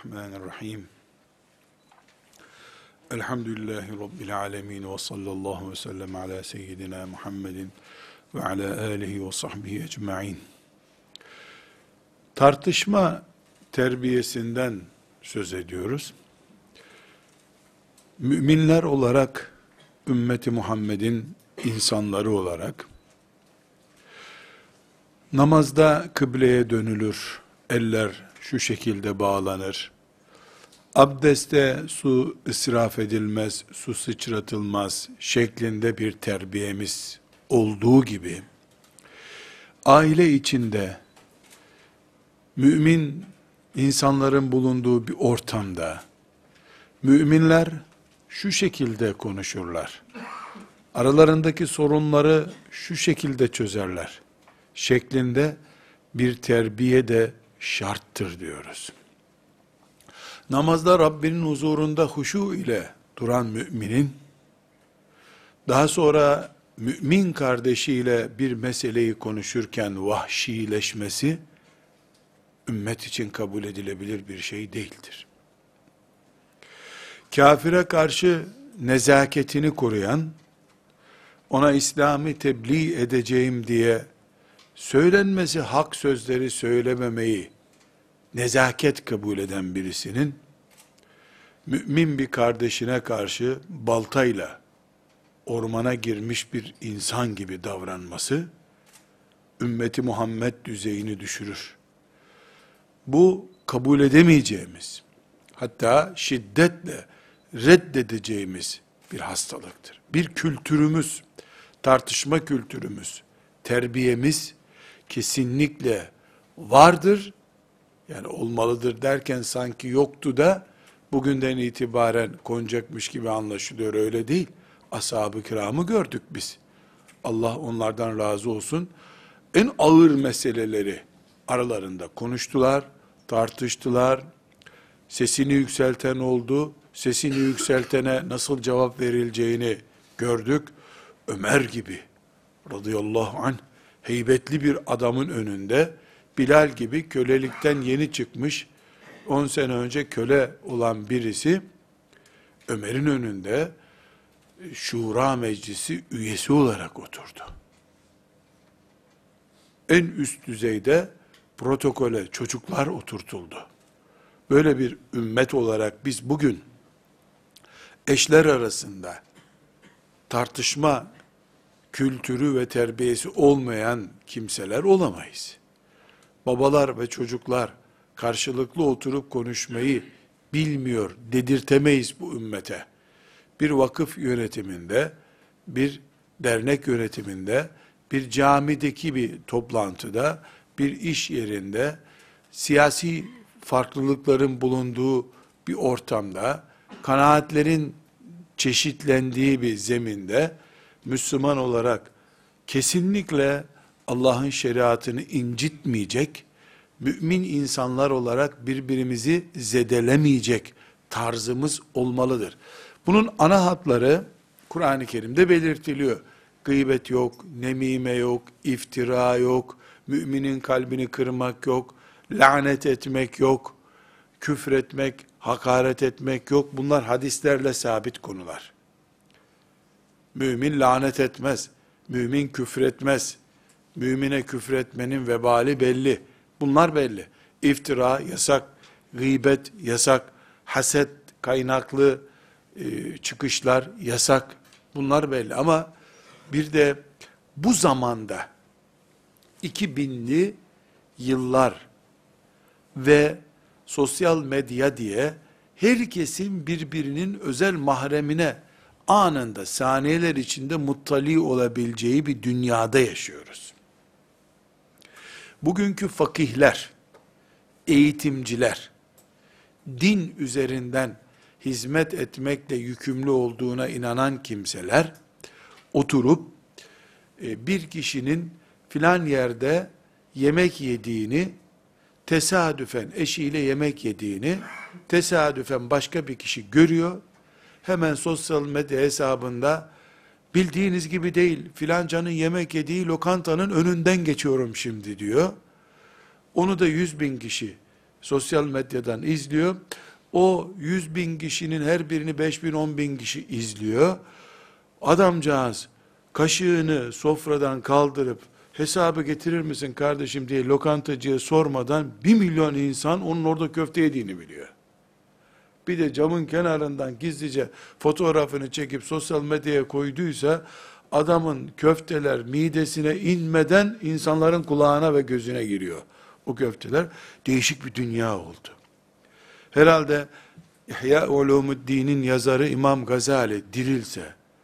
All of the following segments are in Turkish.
Bismillahirrahmanirrahim. Elhamdülillahi Rabbil alemin ve sallallahu ve sellem ala seyyidina Muhammedin ve ala alihi ve sahbihi ecma'in. Tartışma terbiyesinden söz ediyoruz. Müminler olarak, ümmeti Muhammed'in insanları olarak, namazda kıbleye dönülür, eller şu şekilde bağlanır, abdeste su israf edilmez, su sıçratılmaz şeklinde bir terbiyemiz olduğu gibi, aile içinde, mümin insanların bulunduğu bir ortamda, müminler şu şekilde konuşurlar, aralarındaki sorunları şu şekilde çözerler şeklinde bir terbiye de şarttır diyoruz. Namazda Rabbinin huzurunda huşu ile duran müminin, daha sonra mümin kardeşiyle bir meseleyi konuşurken vahşileşmesi, ümmet için kabul edilebilir bir şey değildir. Kafire karşı nezaketini koruyan, ona İslam'ı tebliğ edeceğim diye söylenmesi hak sözleri söylememeyi nezaket kabul eden birisinin, mümin bir kardeşine karşı baltayla ormana girmiş bir insan gibi davranması, ümmeti Muhammed düzeyini düşürür. Bu kabul edemeyeceğimiz, hatta şiddetle reddedeceğimiz bir hastalıktır. Bir kültürümüz, tartışma kültürümüz, terbiyemiz kesinlikle vardır. Yani olmalıdır derken sanki yoktu da bugünden itibaren konacakmış gibi anlaşılıyor, öyle değil. Ashab-ı kiramı gördük biz. Allah onlardan razı olsun. En ağır meseleleri aralarında konuştular, tartıştılar. Sesini yükselten oldu. Sesini yükseltene nasıl cevap verileceğini gördük. Ömer gibi radıyallahu anh heybetli bir adamın önünde, Bilal gibi kölelikten yeni çıkmış, 10 sene önce köle olan birisi, Ömer'in önünde Şura Meclisi üyesi olarak oturdu. En üst düzeyde protokole çocuklar oturtuldu. Böyle bir ümmet olarak biz bugün eşler arasında tartışma kültürü ve terbiyesi olmayan kimseler olamayız. Babalar ve çocuklar karşılıklı oturup konuşmayı bilmiyor dedirtemeyiz bu ümmete. Bir vakıf yönetiminde, bir dernek yönetiminde, bir camideki bir toplantıda, bir iş yerinde, siyasi farklılıkların bulunduğu bir ortamda, kanaatlerin çeşitlendiği bir zeminde, Müslüman olarak kesinlikle Allah'ın şeriatını incitmeyecek, mümin insanlar olarak birbirimizi zedelemeyecek tarzımız olmalıdır. Bunun ana hatları Kur'an-ı Kerim'de belirtiliyor. Gıybet yok, nemime yok, iftira yok, müminin kalbini kırmak yok, lanet etmek yok, küfretmek, hakaret etmek yok. Bunlar hadislerle sabit konular. Mümin lanet etmez, mümin küfretmez, mümine küfretmenin vebali belli. Bunlar belli. İftira yasak, gıybet yasak, haset kaynaklı çıkışlar yasak. Bunlar belli. Ama bir de bu zamanda 2000'li yıllar ve sosyal medya diye herkesin birbirinin özel mahremine anında, saniyeler içinde muttali olabileceği bir dünyada yaşıyoruz. Bugünkü fakihler, eğitimciler, din üzerinden hizmet etmekle yükümlü olduğuna inanan kimseler, oturup bir kişinin filan yerde yemek yediğini, tesadüfen eşiyle yemek yediğini, tesadüfen başka bir kişi görüyor, hemen sosyal medya hesabında, bildiğiniz gibi değil, filancanın yemek yediği lokantanın önünden geçiyorum şimdi diyor. Onu da 100.000 kişi sosyal medyadan izliyor. O 100 bin kişinin her birini 5 bin 10 bin kişi izliyor. Adamcağız kaşığını sofradan kaldırıp hesabı getirir misin kardeşim diye lokantacıya sormadan 1 milyon insan onun orada köfte yediğini biliyor. Bir de camın kenarından gizlice fotoğrafını çekip sosyal medyaya koyduysa adamın köfteler midesine inmeden insanların kulağına ve gözüne giriyor. O köfteler değişik bir dünya oldu. Herhalde İhya Ulumuddin'in yazarı İmam Gazali dirilse,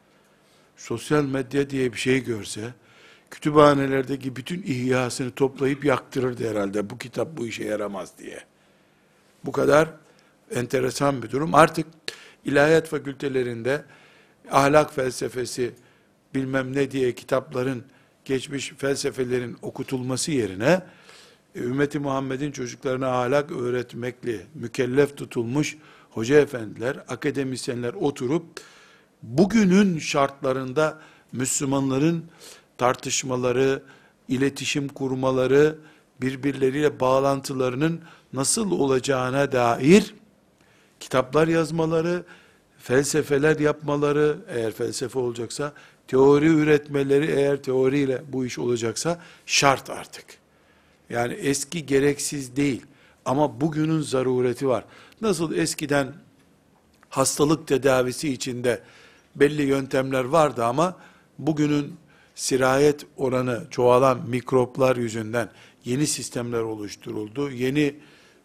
sosyal medya diye bir şey görse, kütüphanelerdeki bütün ihyasını toplayıp yaktırırdı herhalde. Bu kitap bu işe yaramaz diye. Bu kadar enteresan bir durum. Artık ilahiyat fakültelerinde ahlak felsefesi bilmem ne diye kitapların, geçmiş felsefelerin okutulması yerine ümmeti Muhammed'in çocuklarına ahlak öğretmekle mükellef tutulmuş hoca efendiler, akademisyenler oturup bugünün şartlarında Müslümanların tartışmaları, iletişim kurmaları, birbirleriyle bağlantılarının nasıl olacağına dair kitaplar yazmaları, felsefeler yapmaları, eğer felsefe olacaksa, teori üretmeleri, eğer teoriyle bu iş olacaksa şart artık. Yani eski gereksiz değil ama bugünün zarureti var. Nasıl eskiden hastalık tedavisi içinde belli yöntemler vardı ama bugünün sirayet oranı çoğalan mikroplar yüzünden yeni sistemler oluşturuldu. Yeni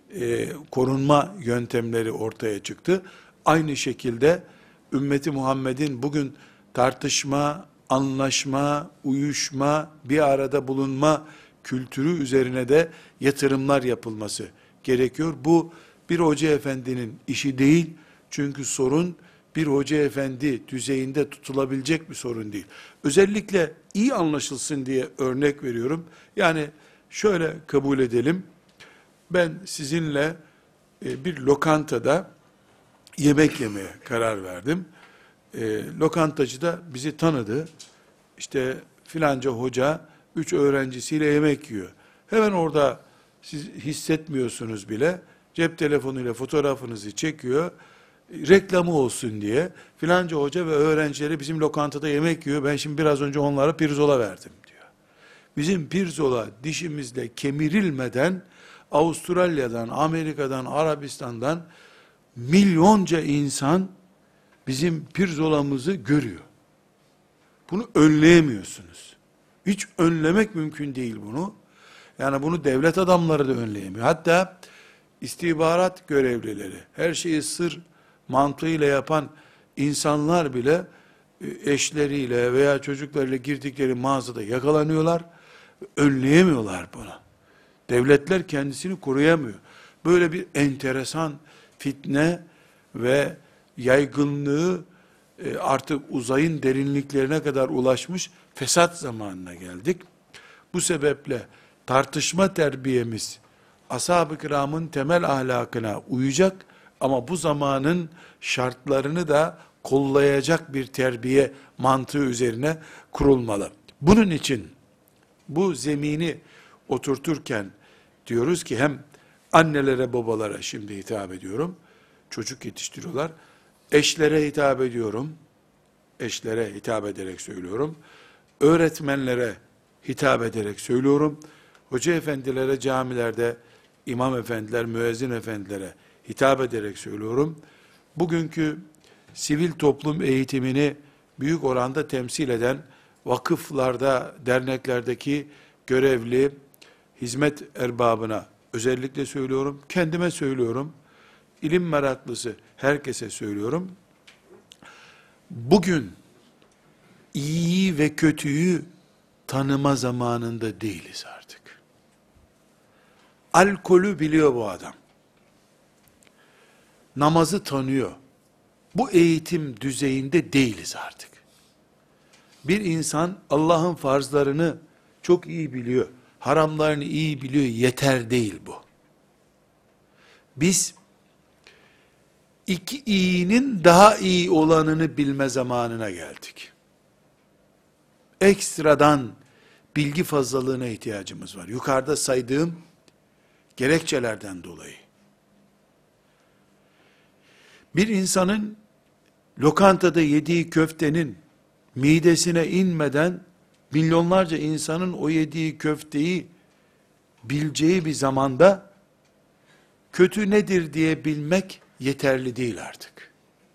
korunma yöntemleri ortaya çıktı. Aynı şekilde ümmeti Muhammed'in bugün tartışma, anlaşma, uyuşma, bir arada bulunma kültürü üzerine de yatırımlar yapılması gerekiyor. Bu bir hoca efendinin işi değil. Çünkü sorun bir hoca efendi düzeyinde tutulabilecek bir sorun değil. Özellikle iyi anlaşılsın diye örnek veriyorum. Yani şöyle kabul edelim. Ben sizinle bir lokantada yemek yemeye karar verdim. Lokantacı da bizi tanıdı. İşte filanca hoca 3 öğrencisiyle yemek yiyor. Hemen orada siz hissetmiyorsunuz bile. Cep telefonuyla fotoğrafınızı çekiyor. Reklamı olsun diye. Filanca hoca ve öğrencileri bizim lokantada yemek yiyor. Ben şimdi biraz önce onlara pirzola verdim diyor. Bizim pirzola dişimizle kemirilmeden Avustralya'dan, Amerika'dan, Arabistan'dan milyonca insan bizim pirzolamızı görüyor. Bunu önleyemiyorsunuz. Hiç önlemek mümkün değil bunu. Yani bunu devlet adamları da önleyemiyor. Hatta istihbarat görevlileri, her şeyi sır mantığıyla yapan insanlar bile eşleriyle veya çocuklarıyla girdikleri mağazada yakalanıyorlar. Önleyemiyorlar bunu. Devletler kendisini koruyamıyor. Böyle bir enteresan fitne ve yaygınlığı artık uzayın derinliklerine kadar ulaşmış fesat zamanına geldik. Bu sebeple tartışma terbiyemiz ashab-ı kiramın temel ahlakına uyacak ama bu zamanın şartlarını da kollayacak bir terbiye mantığı üzerine kurulmalı. Bunun için bu zemini oturturken diyoruz ki hem annelere babalara şimdi hitap ediyorum. Çocuk yetiştiriyorlar. Eşlere hitap ediyorum. Eşlere hitap ederek söylüyorum. Öğretmenlere hitap ederek söylüyorum. Hoca efendilere camilerde, imam efendiler, müezzin efendilere hitap ederek söylüyorum. Bugünkü sivil toplum eğitimini büyük oranda temsil eden vakıflarda, derneklerdeki görevli hizmet erbabına özellikle söylüyorum. Kendime söylüyorum. İlim meraklısı herkese söylüyorum. Bugün iyiyi ve kötüyü tanıma zamanında değiliz artık. Alkolü biliyor bu adam. Namazı tanıyor. Bu eğitim düzeyinde değiliz artık. Bir insan Allah'ın farzlarını çok iyi biliyor. Haramlarını iyi biliyor. Yeter değil bu. Biz iki iyinin daha iyi olanını bilme zamanına geldik. Ekstradan bilgi fazlalığına ihtiyacımız var. Yukarıda saydığım gerekçelerden dolayı. Bir insanın lokantada yediği köftenin midesine inmeden milyonlarca insanın o yediği köfteyi bileceği bir zamanda kötü nedir diye bilmek yeterli değil artık.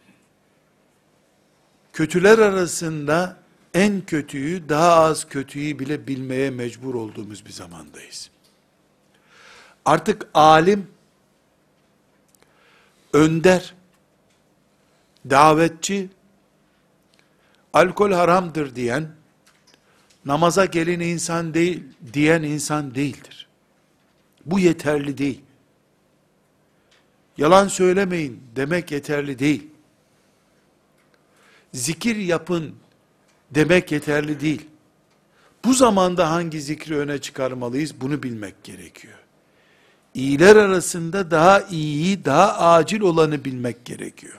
Kötüler arasında en kötüyü, daha az kötüyü bile bilmeye mecbur olduğumuz bir zamandayız. Artık alim, önder, davetçi, alkol haramdır diyen, namaza gelin insan değil, diyen insan değildir. Bu yeterli değil. Yalan söylemeyin demek yeterli değil. Zikir yapın demek yeterli değil. Bu zamanda hangi zikri öne çıkarmalıyız bunu bilmek gerekiyor. İyiler arasında daha iyiyi, daha acil olanı bilmek gerekiyor.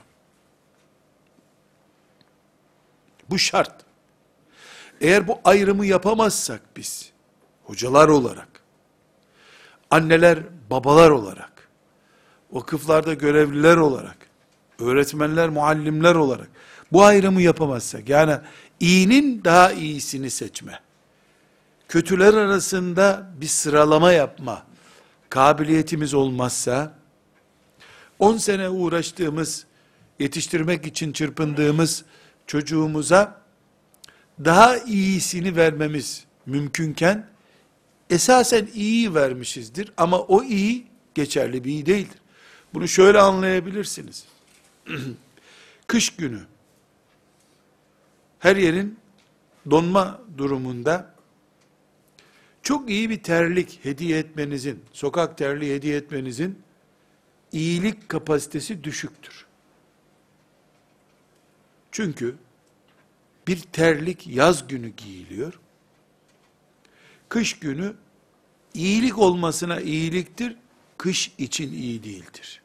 Bu şart. Eğer bu ayrımı yapamazsak biz, hocalar olarak, anneler, babalar olarak, vakıflarda görevliler olarak, öğretmenler, muallimler olarak, bu ayrımı yapamazsak, yani iyinin daha iyisini seçme, kötüler arasında bir sıralama yapma kabiliyetimiz olmazsa, 10 sene uğraştığımız, yetiştirmek için çırpındığımız çocuğumuza daha iyisini vermemiz mümkünken, esasen iyi vermişizdir ama o iyi geçerli bir iyi değildir. Bunu şöyle anlayabilirsiniz. Kış günü her yerin donma durumunda çok iyi bir terlik hediye etmenizin, sokak terliği hediye etmenizin iyilik kapasitesi düşüktür. Çünkü bir terlik yaz günü giyiliyor. Kış günü iyilik olmasına iyiliktir, kış için iyi değildir.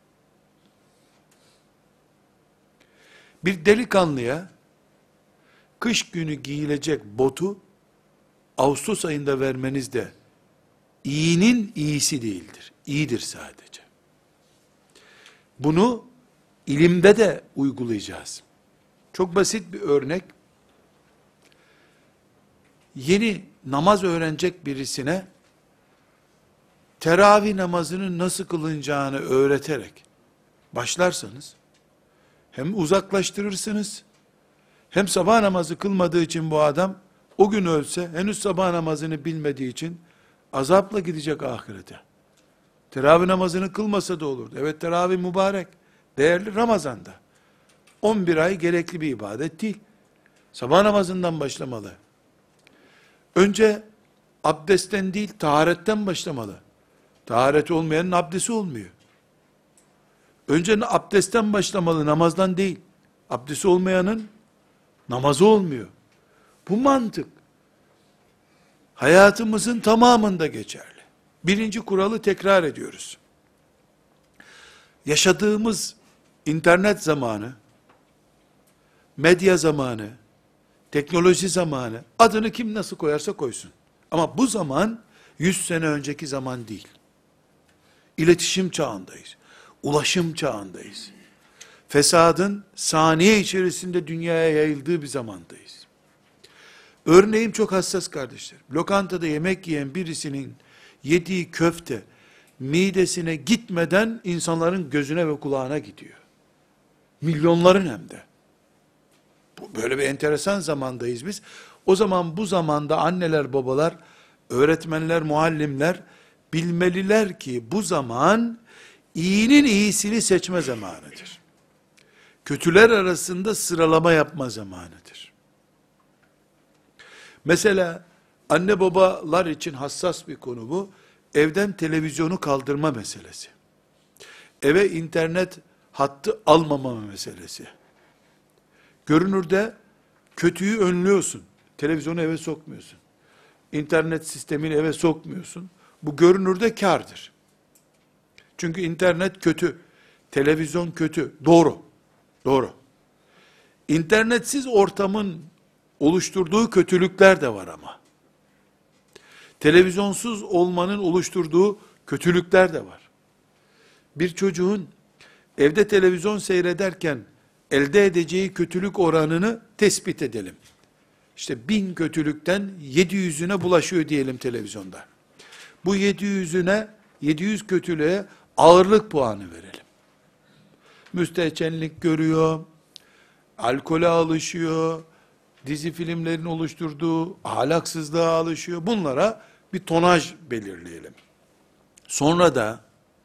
Bir delikanlıya kış günü giyilecek botu Ağustos ayında vermeniz de iyinin iyisi değildir. İyidir sadece. Bunu ilimde de uygulayacağız. Çok basit bir örnek. Yeni namaz öğrenecek birisine teravih namazının nasıl kılınacağını öğreterek başlarsanız hem uzaklaştırırsınız, hem sabah namazı kılmadığı için bu adam o gün ölse henüz sabah namazını bilmediği için azapla gidecek ahirete. Teravih namazını kılmasa da olurdu. Evet, teravih mübarek, değerli Ramazan'da. 11 ay gerekli bir ibadet değil. Sabah namazından başlamalı. Önce abdestten değil, taharetten başlamalı. Taharet olmayanın abdesti olmuyor. Önce abdestten başlamalı, namazdan değil. Abdesti olmayanın namazı olmuyor. Bu mantık hayatımızın tamamında geçerli. Birinci kuralı tekrar ediyoruz. Yaşadığımız internet zamanı, medya zamanı, teknoloji zamanı, adını kim nasıl koyarsa koysun. Ama bu zaman 100 sene önceki zaman değil. İletişim çağındayız. Ulaşım çağındayız. Fesadın saniye içerisinde dünyaya yayıldığı bir zamandayız. Örneğim çok hassas kardeşler. Lokantada yemek yiyen birisinin yediği köfte midesine gitmeden insanların gözüne ve kulağına gidiyor. Milyonların hem de. Böyle bir enteresan zamandayız biz. O zaman bu zamanda anneler, babalar, öğretmenler, muallimler bilmeliler ki bu zaman iyinin iyisini seçme zamanıdır. Kötüler arasında sıralama yapma zamanıdır. Mesela anne babalar için hassas bir konu bu. Evden televizyonu kaldırma meselesi. Eve internet hattı almama meselesi. Görünürde kötüyü önlüyorsun. Televizyonu eve sokmuyorsun. İnternet sistemini eve sokmuyorsun. Bu görünürde kârdır. Çünkü internet kötü. Televizyon kötü. Doğru. Doğru. İnternetsiz ortamın oluşturduğu kötülükler de var ama. Televizyonsuz olmanın oluşturduğu kötülükler de var. Bir çocuğun evde televizyon seyrederken elde edeceği kötülük oranını tespit edelim. İşte 1000 kötülükten 700'üne bulaşıyor diyelim televizyonda. Bu 700 kötülüğe ağırlık puanı verelim. Müstehcenlik görüyor, alkole alışıyor, dizi filmlerin oluşturduğu ahlaksızlığa alışıyor. Bunlara bir tonaj belirleyelim. Sonra da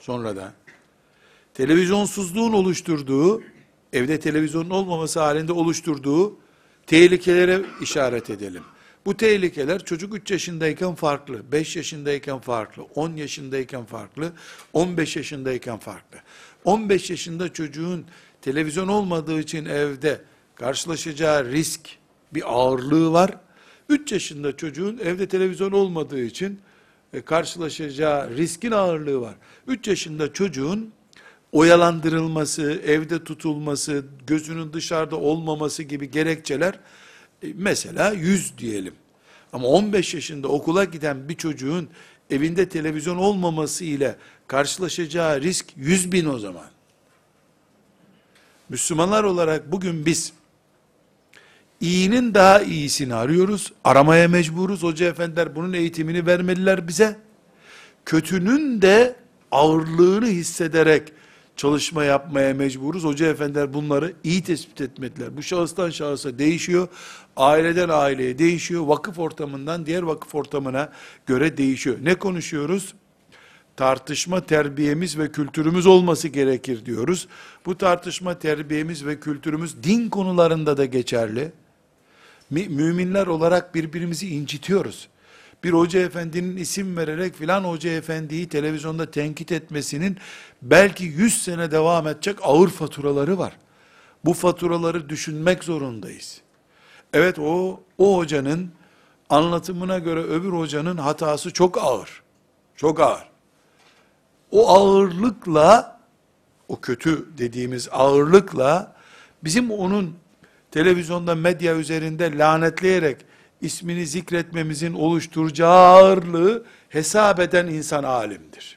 televizyonsuzluğun oluşturduğu, evde televizyonun olmaması halinde oluşturduğu tehlikelere işaret edelim. Bu tehlikeler çocuk 3 yaşındayken farklı, 5 yaşındayken farklı, 10 yaşındayken farklı, 15 yaşındayken farklı. 15 yaşında çocuğun televizyon olmadığı için evde karşılaşacağı risk bir ağırlığı var. 3 yaşında çocuğun evde televizyon olmadığı için karşılaşacağı riskin ağırlığı var. 3 yaşında çocuğun oyalandırılması, evde tutulması, gözünün dışarıda olmaması gibi gerekçeler mesela 100 diyelim. Ama 15 yaşında okula giden bir çocuğun evinde televizyon olmaması ile karşılaşacağı risk 100.000 o zaman. Müslümanlar olarak bugün biz iyinin daha iyisini arıyoruz. Aramaya mecburuz. Hoca efendiler bunun eğitimini vermeliler bize. Kötünün de ağırlığını hissederek çalışma yapmaya mecburuz. Hoca efendiler bunları iyi tespit etmediler. Bu şahıstan şahısa değişiyor. Aileden aileye değişiyor. Vakıf ortamından diğer vakıf ortamına göre değişiyor. Ne konuşuyoruz? Tartışma terbiyemiz ve kültürümüz olması gerekir diyoruz. Bu tartışma terbiyemiz ve kültürümüz din konularında da geçerli. Müminler olarak birbirimizi incitiyoruz. Bir hoca efendinin isim vererek filan hoca efendiyi televizyonda tenkit etmesinin belki 100 sene devam edecek ağır faturaları var. Bu faturaları düşünmek zorundayız. Evet o hocanın anlatımına göre öbür hocanın hatası çok ağır. Çok ağır. O ağırlıkla, o kötü dediğimiz ağırlıkla bizim onun televizyonda medya üzerinde lanetleyerek ismini zikretmemizin oluşturacağı ağırlığı hesap eden insan alimdir.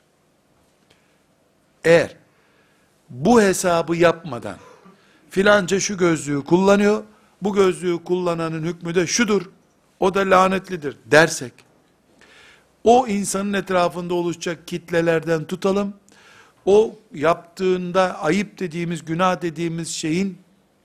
Eğer bu hesabı yapmadan filanca şu gözlüğü kullanıyor, bu gözlüğü kullananın hükmü de şudur, o da lanetlidir dersek, o insanın etrafında oluşacak kitlelerden tutalım, o yaptığında ayıp dediğimiz, günah dediğimiz şeyin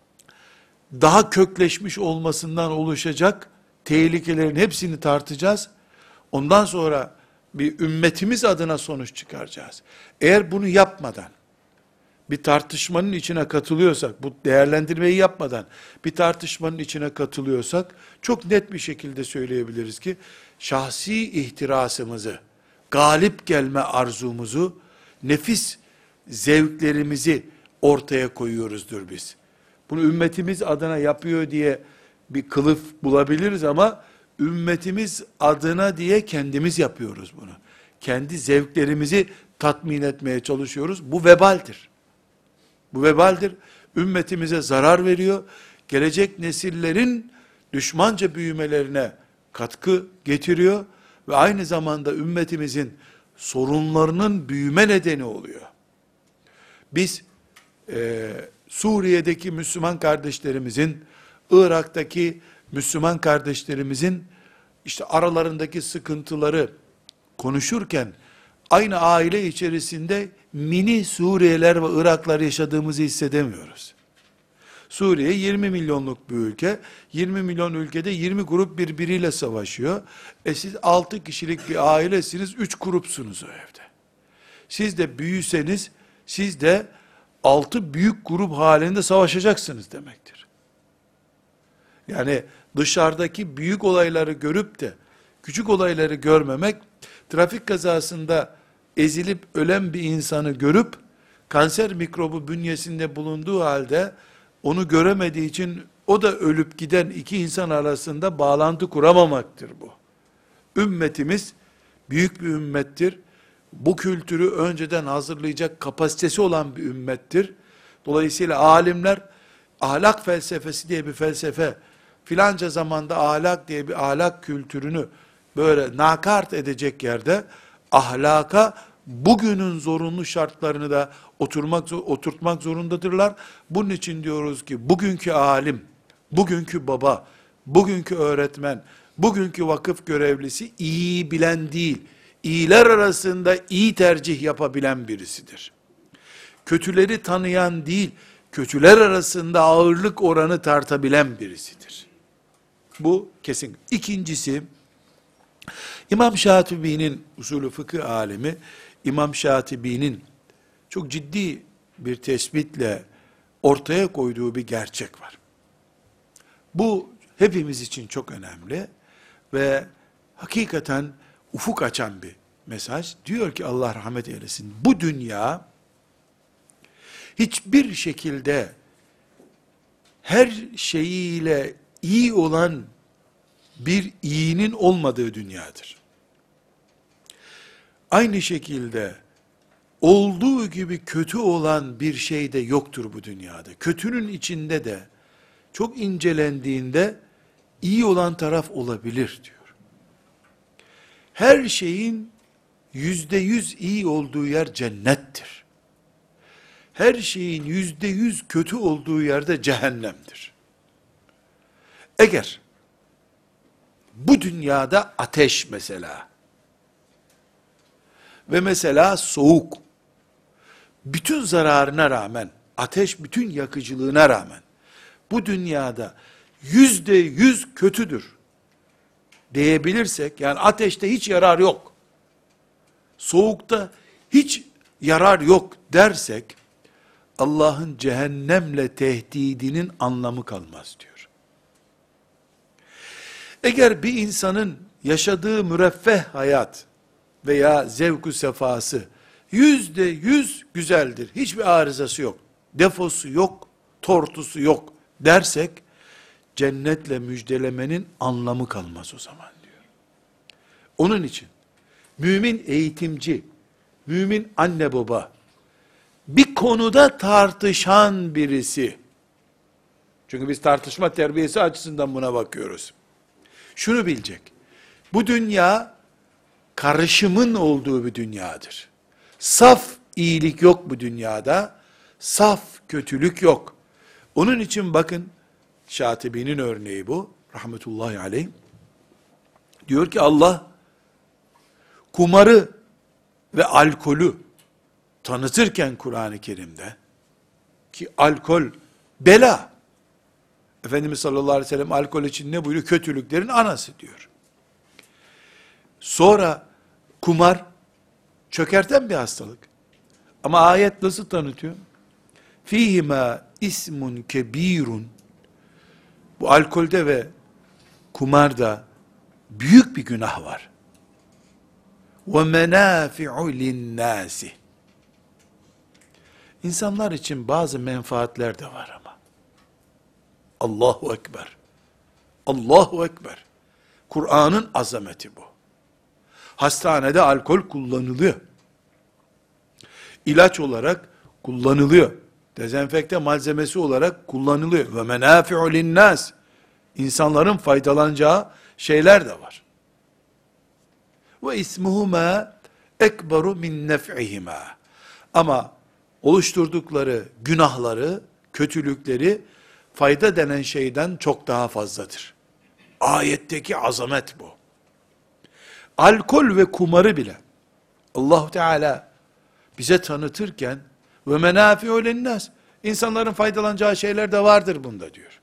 daha kökleşmiş olmasından oluşacak tehlikelerin hepsini tartacağız. Ondan sonra bir ümmetimiz adına sonuç çıkaracağız. Eğer bunu yapmadan, bir tartışmanın içine katılıyorsak, bu değerlendirmeyi yapmadan bir tartışmanın içine katılıyorsak, çok net bir şekilde söyleyebiliriz ki, şahsi ihtirasımızı, galip gelme arzumuzu, nefis zevklerimizi ortaya koyuyoruzdur biz. Bunu ümmetimiz adına yapıyor diye bir kılıf bulabiliriz ama ümmetimiz adına diye kendimiz yapıyoruz bunu. Kendi zevklerimizi tatmin etmeye çalışıyoruz. Bu vebaldir. Bu vebaldir. Ümmetimize zarar veriyor. Gelecek nesillerin düşmanca büyümelerine katkı getiriyor ve aynı zamanda ümmetimizin sorunlarının büyüme nedeni oluyor. Biz Suriye'deki Müslüman kardeşlerimizin, Irak'taki Müslüman kardeşlerimizin işte aralarındaki sıkıntıları konuşurken aynı aile içerisinde mini Suriyeler ve Iraklar yaşadığımızı hissedemiyoruz. Suriye 20 milyonluk bir ülke. 20 milyon ülkede 20 grup birbiriyle savaşıyor. Siz 6 kişilik bir ailesiniz, 3 grupsunuz o evde. Siz de büyüseniz, siz de 6 büyük grup halinde savaşacaksınız demektir. Yani dışarıdaki büyük olayları görüp de küçük olayları görmemek, trafik kazasında ezilip ölen bir insanı görüp kanser mikrobu bünyesinde bulunduğu halde onu göremediği için o da ölüp giden iki insan arasında bağlantı kuramamaktır bu. Ümmetimiz büyük bir ümmettir. Bu kültürü önceden hazırlayacak kapasitesi olan bir ümmettir. Dolayısıyla alimler ahlak felsefesi diye bir felsefe, filanca zamanda ahlak diye bir ahlak kültürünü böyle nakart edecek yerde ahlaka bugünün zorunlu şartlarını da oturtmak zorundadırlar. Bunun için diyoruz ki bugünkü alim, bugünkü baba, bugünkü öğretmen, bugünkü vakıf görevlisi iyi bilen değil, iyiler arasında iyi tercih yapabilen birisidir. Kötüleri tanıyan değil, kötüler arasında ağırlık oranı tartabilen birisidir. Bu kesin. İkincisi, İmam Şatibi'nin usulü fıkıh alimi, İmam Şatibi'nin çok ciddi bir tespitle ortaya koyduğu bir gerçek var. Bu hepimiz için çok önemli ve hakikaten ufuk açan bir mesaj. Diyor ki Allah rahmet eylesin, bu dünya hiçbir şekilde her şeyiyle iyi olan bir iyinin olmadığı dünyadır. Aynı şekilde olduğu gibi kötü olan bir şey de yoktur bu dünyada. Kötünün içinde de çok incelendiğinde iyi olan taraf olabilir diyor. Her şeyin %100 iyi olduğu yer cennettir. Her şeyin %100 kötü olduğu yerde cehennemdir. Eğer bu dünyada ateş mesela ve mesela soğuk, bütün zararına rağmen, ateş bütün yakıcılığına rağmen, bu dünyada %100 kötüdür diyebilirsek, yani ateşte hiç yarar yok, soğukta hiç yarar yok dersek, Allah'ın cehennemle tehdidinin anlamı kalmaz diyor. Eğer bir insanın yaşadığı müreffeh hayat veya zevk-ü sefası %100 güzeldir, hiçbir arızası yok, defosu yok, tortusu yok dersek, cennetle müjdelemenin anlamı kalmaz o zaman diyor. Onun için, mümin eğitimci, mümin anne baba, bir konuda tartışan birisi, çünkü biz tartışma terbiyesi açısından buna bakıyoruz, şunu bilecek, bu dünya, karışımın olduğu bir dünyadır. Saf iyilik yok bu dünyada, saf kötülük yok. Onun için bakın, Şatibi'nin örneği bu, rahmetullahi aleyh, diyor ki Allah, kumarı ve alkolü tanıtırken Kur'an-ı Kerim'de, ki alkol bela, Efendimiz sallallahu aleyhi ve sellem alkol için ne buyuruyor? Kötülüklerin anası diyor. Sonra kumar çökerten bir hastalık. Ama ayet nasıl tanıtıyor? Fihima ismun kebirun. Bu alkolde ve kumarda büyük bir günah var. Ve menafi'u linnâsi. İnsanlar için bazı menfaatler de var ama. Allahu Ekber. Allahu Ekber. Kur'an'ın azameti bu. Hastanede alkol kullanılıyor. İlaç olarak kullanılıyor. Dezenfekte malzemesi olarak kullanılıyor. Ve menafi'u linnâs. İnsanların faydalanacağı şeyler de var. Ve ismuhuma ekberu min nef'ihima. Ama oluşturdukları günahları, kötülükleri fayda denen şeyden çok daha fazladır. Ayetteki azamet bu. Alkol ve kumarı bile Allah Teala bize tanıtırken ve menafi'u linnâs, insanların faydalanacağı şeyler de vardır bunda diyor.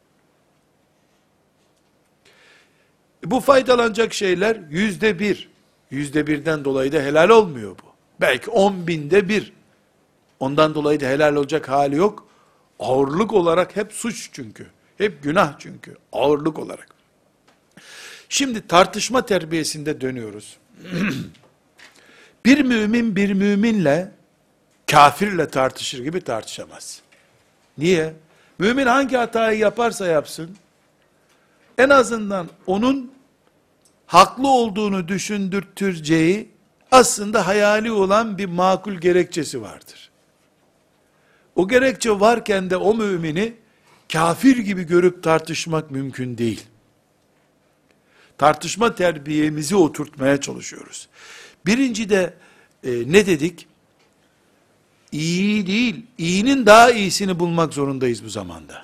Bu faydalanacak şeyler %1. %1'den dolayı da helal olmuyor bu. Belki 10.000'de 1. Ondan dolayı da helal olacak hali yok. Ağırlık olarak hep suç çünkü. Hep günah çünkü. Ağırlık olarak. Şimdi tartışma terbiyesinde dönüyoruz. Bir mümin bir müminle, kafirle tartışır gibi tartışamaz. Niye? Mümin hangi hatayı yaparsa yapsın, en azından onun haklı olduğunu düşündürteceği, aslında hayali olan bir makul gerekçesi vardır. O gerekçe varken de o mümini kafir gibi görüp tartışmak mümkün değil. Tartışma terbiyemizi oturtmaya çalışıyoruz. Birinci de Ne dedik? İyi değil, iyinin daha iyisini bulmak zorundayız bu zamanda.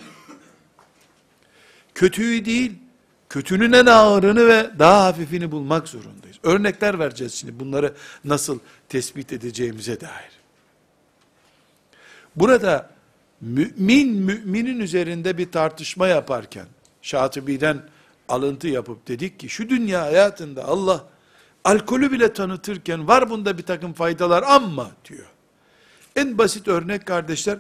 Kötüyü değil, kötünün en ağırını ve daha hafifini bulmak zorundayız. Örnekler vereceğiz şimdi bunları nasıl tespit edeceğimize dair. Burada müminin üzerinde bir tartışma yaparken, Şatibi'den alıntı yapıp dedik ki, şu dünya hayatında Allah, alkolü bile tanıtırken, var bunda bir takım faydalar ama diyor. En basit örnek kardeşler,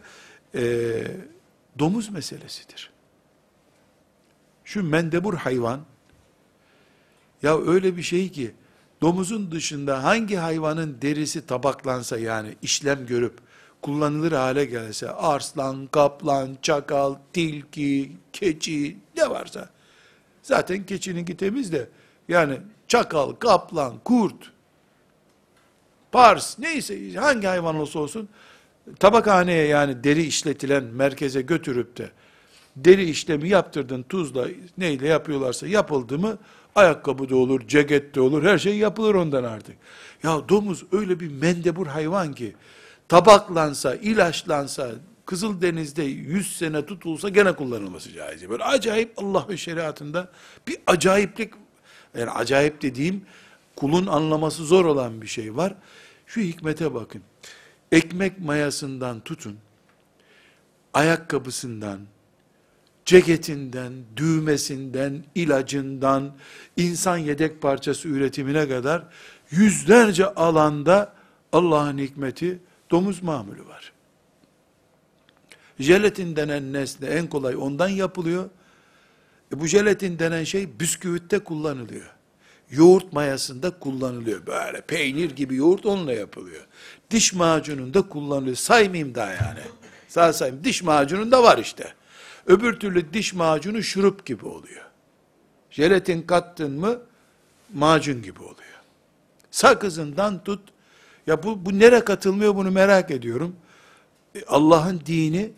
domuz meselesidir. Şu mendebur hayvan, ya öyle bir şey ki, domuzun dışında hangi hayvanın derisi tabaklansa, yani işlem görüp, kullanılır hale gelse, arslan, kaplan, çakal, tilki, keçi, ne varsa, zaten keçininki temiz de, yani çakal, kaplan, kurt, pars, neyse, hangi hayvan olsa olsun, tabakhaneye, yani deri işletilen merkeze götürüp de, deri işlemi yaptırdın, tuzla, neyle yapıyorlarsa yapıldı mı, ayakkabı da olur, ceket de olur, her şey yapılır ondan artık. Ya domuz öyle bir mendebur hayvan ki, tabaklansa, ilaçlansa, Kızıldeniz'de 100 sene tutulsa gene kullanılması caiz. Böyle acayip Allah'ın şeriatında bir acayiplik, yani acayip dediğim, kulun anlaması zor olan bir şey var. Şu hikmete bakın. Ekmek mayasından tutun, ayakkabısından, ceketinden, düğmesinden, ilacından, insan yedek parçası üretimine kadar yüzlerce alanda Allah'ın hikmeti, domuz mamülü var. Jelatin denen nesne en kolay ondan yapılıyor. Bu jelatin denen şey bisküvitte kullanılıyor. Yoğurt mayasında kullanılıyor. Böyle peynir gibi yoğurt onunla yapılıyor. Diş macununda kullanılıyor. Saymayayım daha yani. Sağ sayayım. Diş macununda var işte. Öbür türlü diş macunu şurup gibi oluyor. Jelatin kattın mı macun gibi oluyor. Sakızından tut. Ya bu nereye katılmıyor bunu merak ediyorum. Allah'ın dini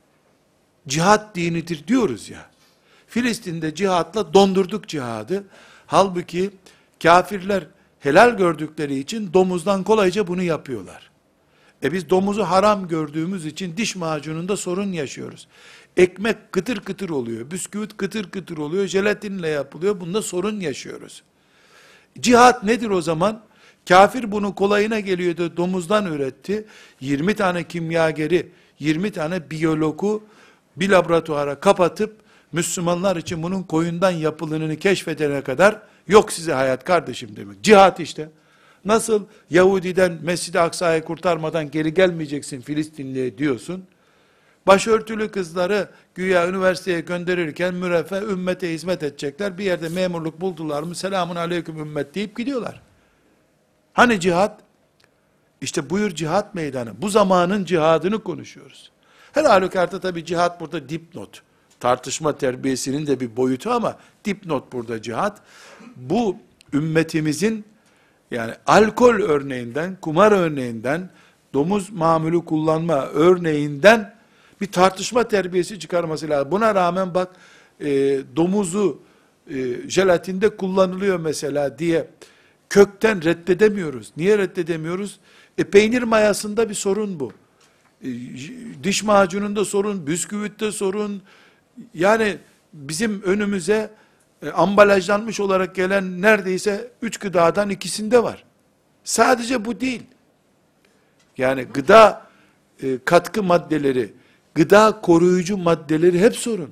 cihat dinidir diyoruz ya. Filistin'de cihatla dondurduk cihadı. Halbuki kafirler helal gördükleri için domuzdan kolayca bunu yapıyorlar. Biz domuzu haram gördüğümüz için diş macununda sorun yaşıyoruz. Ekmek kıtır kıtır oluyor, bisküvit kıtır kıtır oluyor, jelatinle yapılıyor, bunda sorun yaşıyoruz. Cihat nedir o zaman? Kafir bunu kolayına geliyor da domuzdan üretti. 20 tane kimyageri, 20 tane biyologu bir laboratuvara kapatıp, Müslümanlar için bunun koyundan yapıldığını keşfedene kadar, yok size hayat kardeşim demek. Cihat işte. Nasıl Yahudi'den Mescid-i Aksa'yı kurtarmadan geri gelmeyeceksin Filistinli'ye diyorsun. Başörtülü kızları güya üniversiteye gönderirken müreffeh ümmete hizmet edecekler. Bir yerde memurluk buldular mı selamun aleyküm ümmet deyip gidiyorlar. Hani cihat? İşte buyur cihat meydanı. Bu zamanın cihadını konuşuyoruz. Her halükarda tabi cihat burada dipnot. Tartışma terbiyesinin de bir boyutu ama dipnot burada cihat. Bu ümmetimizin yani alkol örneğinden, kumar örneğinden, domuz mamülü kullanma örneğinden bir tartışma terbiyesi çıkarması lazım. Buna rağmen bak domuzu jelatinde kullanılıyor mesela diye kökten reddedemiyoruz. Niye reddedemiyoruz? Peynir mayasında bir sorun bu. Diş macununda sorun, bisküvitte sorun. Yani bizim önümüze ambalajlanmış olarak gelen neredeyse 3 gıdadan ikisinde var. Sadece bu değil. Yani gıda katkı maddeleri, gıda koruyucu maddeleri hep sorun.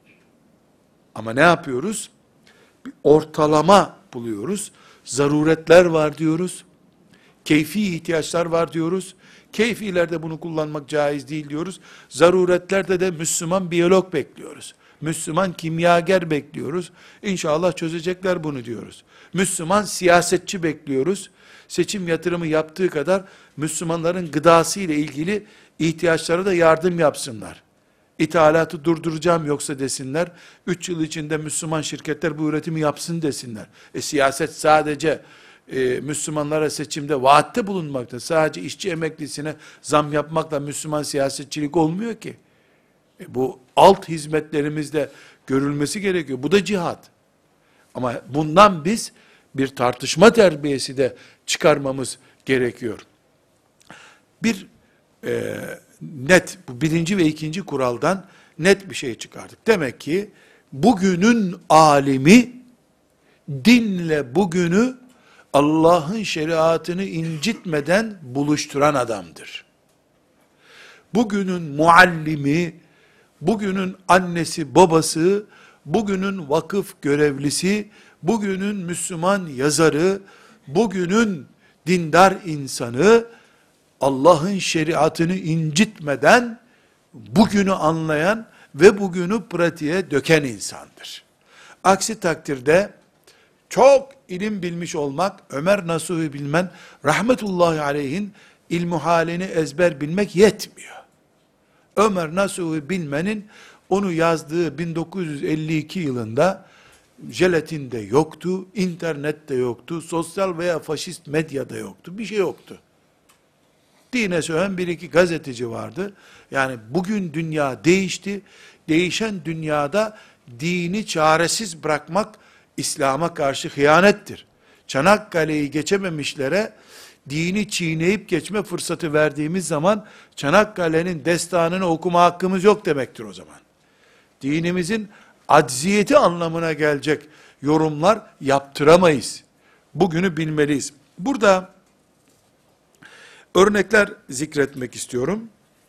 Ama ne yapıyoruz? Bir ortalama buluyoruz. Zaruretler var diyoruz. Keyfi ihtiyaçlar var diyoruz. Keyfilerde bunu kullanmak caiz değil diyoruz. Zaruretlerde de Müslüman biyolog bekliyoruz. Müslüman kimyager bekliyoruz. İnşallah çözecekler bunu diyoruz. Müslüman siyasetçi bekliyoruz. Seçim yatırımı yaptığı kadar Müslümanların gıdası ile ilgili ihtiyaçlara da yardım yapsınlar. İthalatı durduracağım yoksa desinler. 3 yıl içinde Müslüman şirketler bu üretimi yapsın desinler. Siyaset sadece Müslümanlara seçimde vaatte bulunmakta. Sadece işçi emeklisine zam yapmakla Müslüman siyasetçilik olmuyor ki. Bu alt hizmetlerimizde görülmesi gerekiyor. Bu da cihat. Ama bundan biz bir tartışma terbiyesi de çıkarmamız gerekiyor. Bir net, bu birinci ve ikinci kuraldan net bir şey çıkardık. Demek ki bugünün alimi, dinle bugünü Allah'ın şeriatını incitmeden buluşturan adamdır. Bugünün muallimi, bugünün annesi, babası, bugünün vakıf görevlisi, bugünün Müslüman yazarı, bugünün dindar insanı, Allah'ın şeriatını incitmeden bugünü anlayan ve bugünü pratiğe döken insandır. Aksi takdirde çok ilim bilmiş olmak, Ömer Nasuh'u bilmen, rahmetullahi aleyhin ilmu halini ezber bilmek yetmiyor. Ömer Nasuh'u bilmenin onu yazdığı 1952 yılında jelatinde yoktu, internette yoktu, sosyal veya faşist medyada yoktu, bir şey yoktu. Dine söven bir iki gazeteci vardı. Yani bugün dünya değişti. Değişen dünyada dini çaresiz bırakmak İslam'a karşı hıyanettir. Çanakkale'yi geçememişlere dini çiğneyip geçme fırsatı verdiğimiz zaman Çanakkale'nin destanını okuma hakkımız yok demektir o zaman. Dinimizin acziyeti anlamına gelecek yorumlar yaptıramayız. Bugünü bilmeliyiz. Burada örnekler zikretmek istiyorum.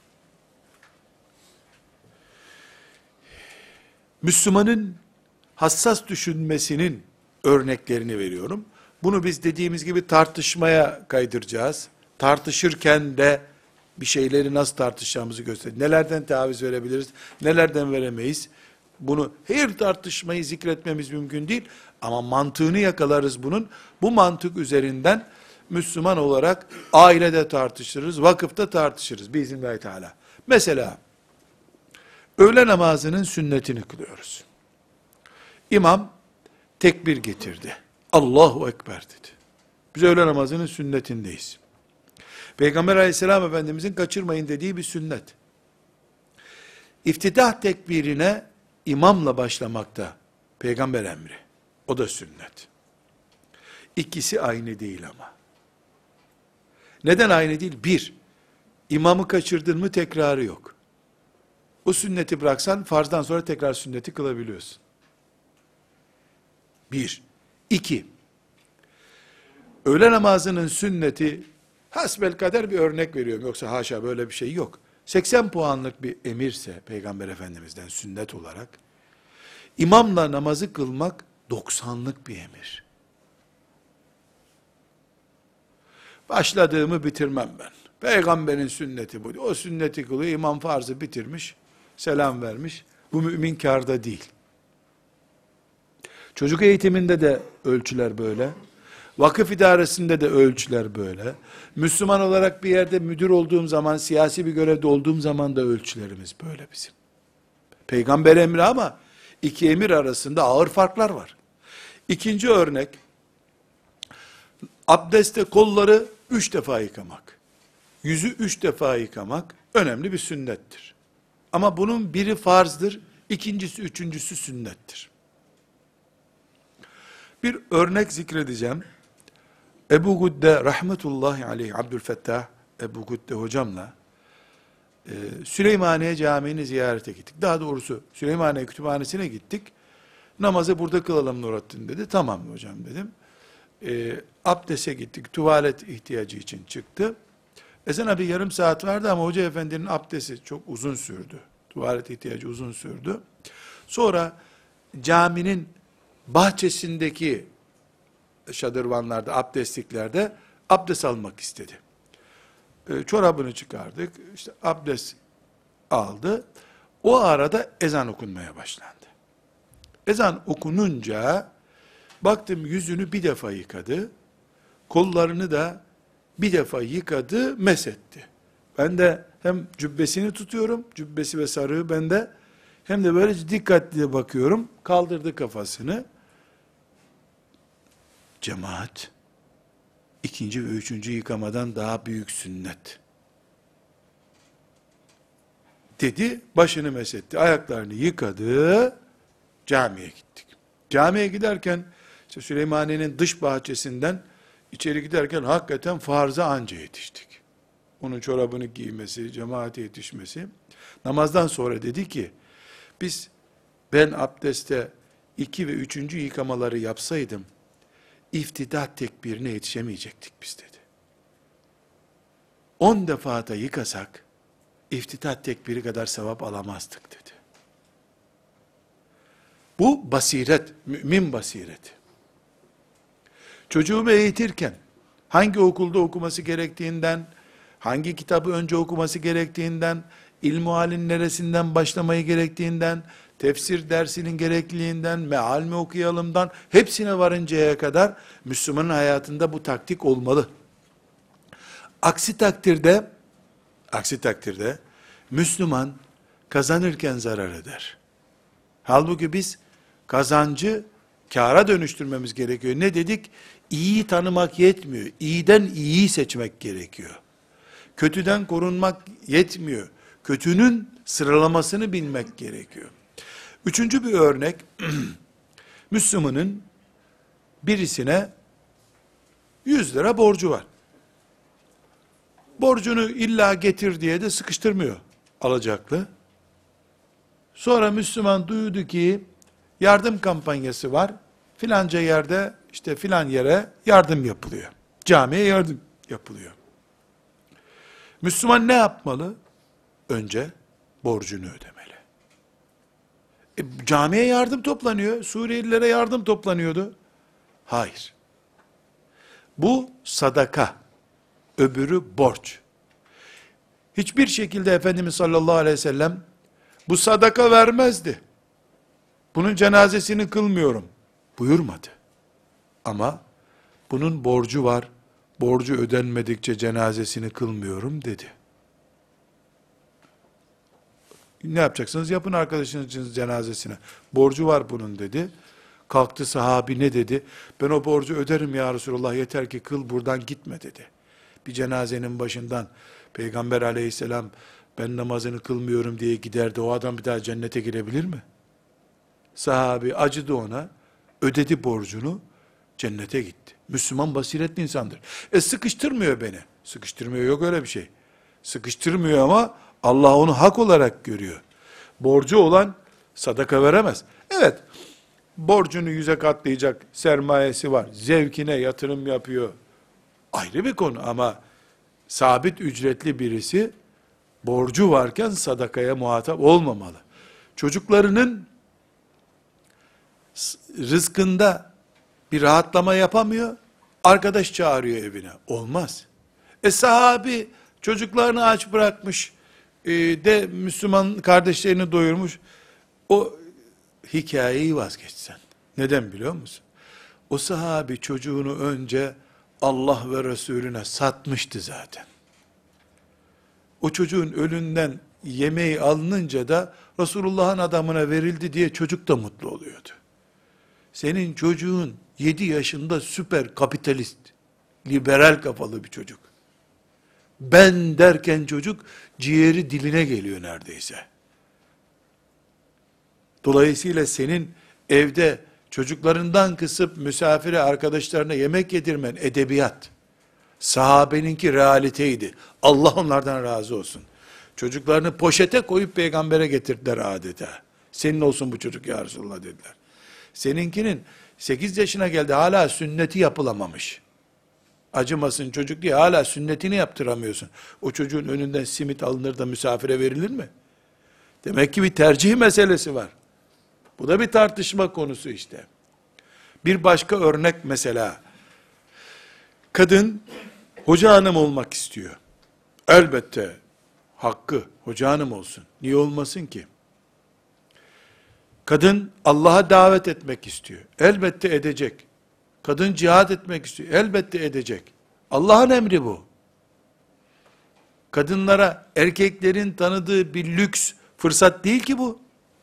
Müslümanın hassas düşünmesinin örneklerini veriyorum. Bunu biz dediğimiz gibi tartışmaya kaydıracağız. Tartışırken de bir şeyleri nasıl tartışacağımızı göstereceğiz. Nelerden taviz verebiliriz, nelerden veremeyiz. Bunu her tartışmayı zikretmemiz mümkün değil. Ama mantığını yakalarız bunun. Bu mantık üzerinden Müslüman olarak ailede tartışırız, vakıfta tartışırız biiznillahü teala. Mesela öğle namazının sünnetini kılıyoruz. İmam tekbir getirdi. Allahu Ekber dedi. Biz öğle namazının sünnetindeyiz. Peygamber aleyhisselam efendimizin kaçırmayın dediği bir sünnet. İftitah tekbirine imamla başlamakta peygamber emri. O da sünnet. İkisi aynı değil ama. Neden aynı değil? Bir, imamı kaçırdın mı tekrarı yok. O sünneti bıraksan farzdan sonra tekrar sünneti kılabiliyorsun. Bir. İki, öğle namazının sünneti, hasbelkader bir örnek veriyorum. Yoksa haşa böyle bir şey yok. 80 puanlık bir emirse Peygamber Efendimiz'den sünnet olarak, imamla namazı kılmak 90'lık bir emir. Başladığımı bitirmem ben. Peygamberin sünneti bu. O sünneti kılıyor, imam farzı bitirmiş, selam vermiş. Bu mümin kârda değil. Çocuk eğitiminde de ölçüler böyle. Vakıf idaresinde de ölçüler böyle. Müslüman olarak bir yerde müdür olduğum zaman, siyasi bir görevde olduğum zaman da ölçülerimiz böyle bizim. Peygamber emri ama iki emir arasında ağır farklar var. İkinci örnek, abdestte kolları 3 defa yıkamak, yüzü 3 defa yıkamak önemli bir sünnettir. Ama bunun biri farzdır, ikincisi, üçüncüsü sünnettir. Bir örnek zikredeceğim. Ebu Gudde rahmetullahi aleyh, Abdülfettah Ebu Gudde hocamla Süleymaniye Camii'ni ziyarete gittik. Daha doğrusu Süleymaniye Kütüphanesi'ne gittik. Namazı burada kılalım Nurattin dedi. Tamam hocam dedim. Abdese gittik. Tuvalet ihtiyacı için çıktı. Ezan bir yarım saat vardı ama hoca efendinin abdesti çok uzun sürdü. Tuvalet ihtiyacı uzun sürdü. Sonra caminin bahçesindeki şadırvanlarda, abdestliklerde abdest almak istedi. Çorabını çıkardık, işte abdest aldı. O arada ezan okunmaya başlandı. Ezan okununca baktım yüzünü bir defa yıkadı, kollarını da bir defa yıkadı, mesetti. Ben de hem cübbesini tutuyorum, cübbesi ve sarığı bende, hem de böyle dikkatli bakıyorum, kaldırdı kafasını. Cemaat, ikinci ve üçüncü yıkamadan daha büyük sünnet. Dedi, başını mesetti, ayaklarını yıkadı, camiye gittik. Camiye giderken, işte Süleymaniye'nin dış bahçesinden içeri giderken hakikaten farza anca yetiştik. onun çorabını giymesi, cemaate yetişmesi. Namazdan sonra dedi ki, ben abdeste 2 ve 3. yıkamaları yapsaydım, iftidah tekbirine yetişemeyecektik biz dedi. 10 defa da yıkasak, iftitah tekbiri kadar sevap alamazdık dedi. Bu basiret, mümin basireti. Çocuğumu eğitirken, hangi okulda okuması gerektiğinden, hangi kitabı önce okuması gerektiğinden, ilmuhalin neresinden başlamayı gerektiğinden, tefsir dersinin gerekliliğinden, meal mi okuyalımdan, hepsine varıncaya kadar Müslümanın hayatında bu taktik olmalı. Aksi takdirde Müslüman kazanırken zarar eder. Halbuki biz kazancı kâra dönüştürmemiz gerekiyor. Ne dedik? İyiyi tanımak yetmiyor. İyiden iyiyi seçmek gerekiyor. Kötüden korunmak yetmiyor. Kötünün sıralamasını bilmek gerekiyor. Üçüncü bir örnek, Müslümanın birisine 100 lira borcu var. Borcunu illa getir diye de sıkıştırmıyor alacaklı. Sonra Müslüman duydu ki yardım kampanyası var. Filanca yerde işte filan yere yardım yapılıyor. Camiye yardım yapılıyor. Müslüman ne yapmalı? Önce borcunu ödemeli. Camiye yardım toplanıyor. Suriyelilere yardım toplanıyordu. Hayır. Bu sadaka. Öbürü borç. Hiçbir şekilde Efendimiz sallallahu aleyhi ve sellem bu sadaka vermezdi. Bunun cenazesini kılmıyorum buyurmadı. Ama bunun borcu var. Borcu ödenmedikçe cenazesini kılmıyorum dedi. Ne yapacaksınız? Yapın arkadaşınızın cenazesine. Borcu var bunun dedi. Kalktı sahabi ne dedi? Ben o borcu öderim ya Resulallah, yeter ki kıl buradan gitme dedi. Bir cenazenin başından Peygamber aleyhisselam ben namazını kılmıyorum diye giderdi. O adam bir daha cennete girebilir mi? Sahabi acıdı ona. Ödedi borcunu. Cennete gitti. Müslüman basiretli insandır. Sıkıştırmıyor beni. Sıkıştırmıyor, yok öyle bir şey. Sıkıştırmıyor ama Allah onu hak olarak görüyor. Borcu olan sadaka veremez. Evet, borcunu 100'e katlayacak sermayesi var. Zevkine yatırım yapıyor. Ayrı bir konu ama sabit ücretli birisi borcu varken sadakaya muhatap olmamalı. Çocuklarının rızkında bir rahatlama yapamıyor, arkadaş çağırıyor evine. Olmaz. Sahabi çocuklarını aç bırakmış, de Müslüman kardeşlerini doyurmuş. O hikayeyi vazgeçsen. Neden biliyor musun? O sahabi çocuğunu önce Allah ve Resulüne satmıştı zaten. O çocuğun ölünden yemeği alınınca da Resulullah'ın adamına verildi diye çocuk da mutlu oluyordu. Senin çocuğun 7 yaşında süper kapitalist, liberal kafalı bir çocuk. Ben derken çocuk ciğeri diline geliyor neredeyse. Dolayısıyla senin evde çocuklarından kısıp misafire arkadaşlarına yemek yedirmen edebiyat. Sahabeninki realiteydi. Allah onlardan razı olsun. Çocuklarını poşete koyup peygambere getirdiler adeta. Senin olsun bu çocuk ya Resulullah dediler. Seninkinin 8 yaşına geldi, hala sünneti yapılamamış. Acımasın çocuk diye hala sünnetini yaptıramıyorsun. O çocuğun önünden simit alınır da misafire verilir mi? Demek ki bir tercih meselesi var. Bu da bir tartışma konusu işte. Bir başka örnek mesela, kadın hoca hanım olmak istiyor. Elbette hakkı hoca hanım olsun. Niye olmasın ki? Kadın Allah'a davet etmek istiyor. Elbette edecek. Kadın cihad etmek istiyor. Elbette edecek. Allah'ın emri bu. Kadınlara erkeklerin tanıdığı bir lüks, fırsat değil ki bu.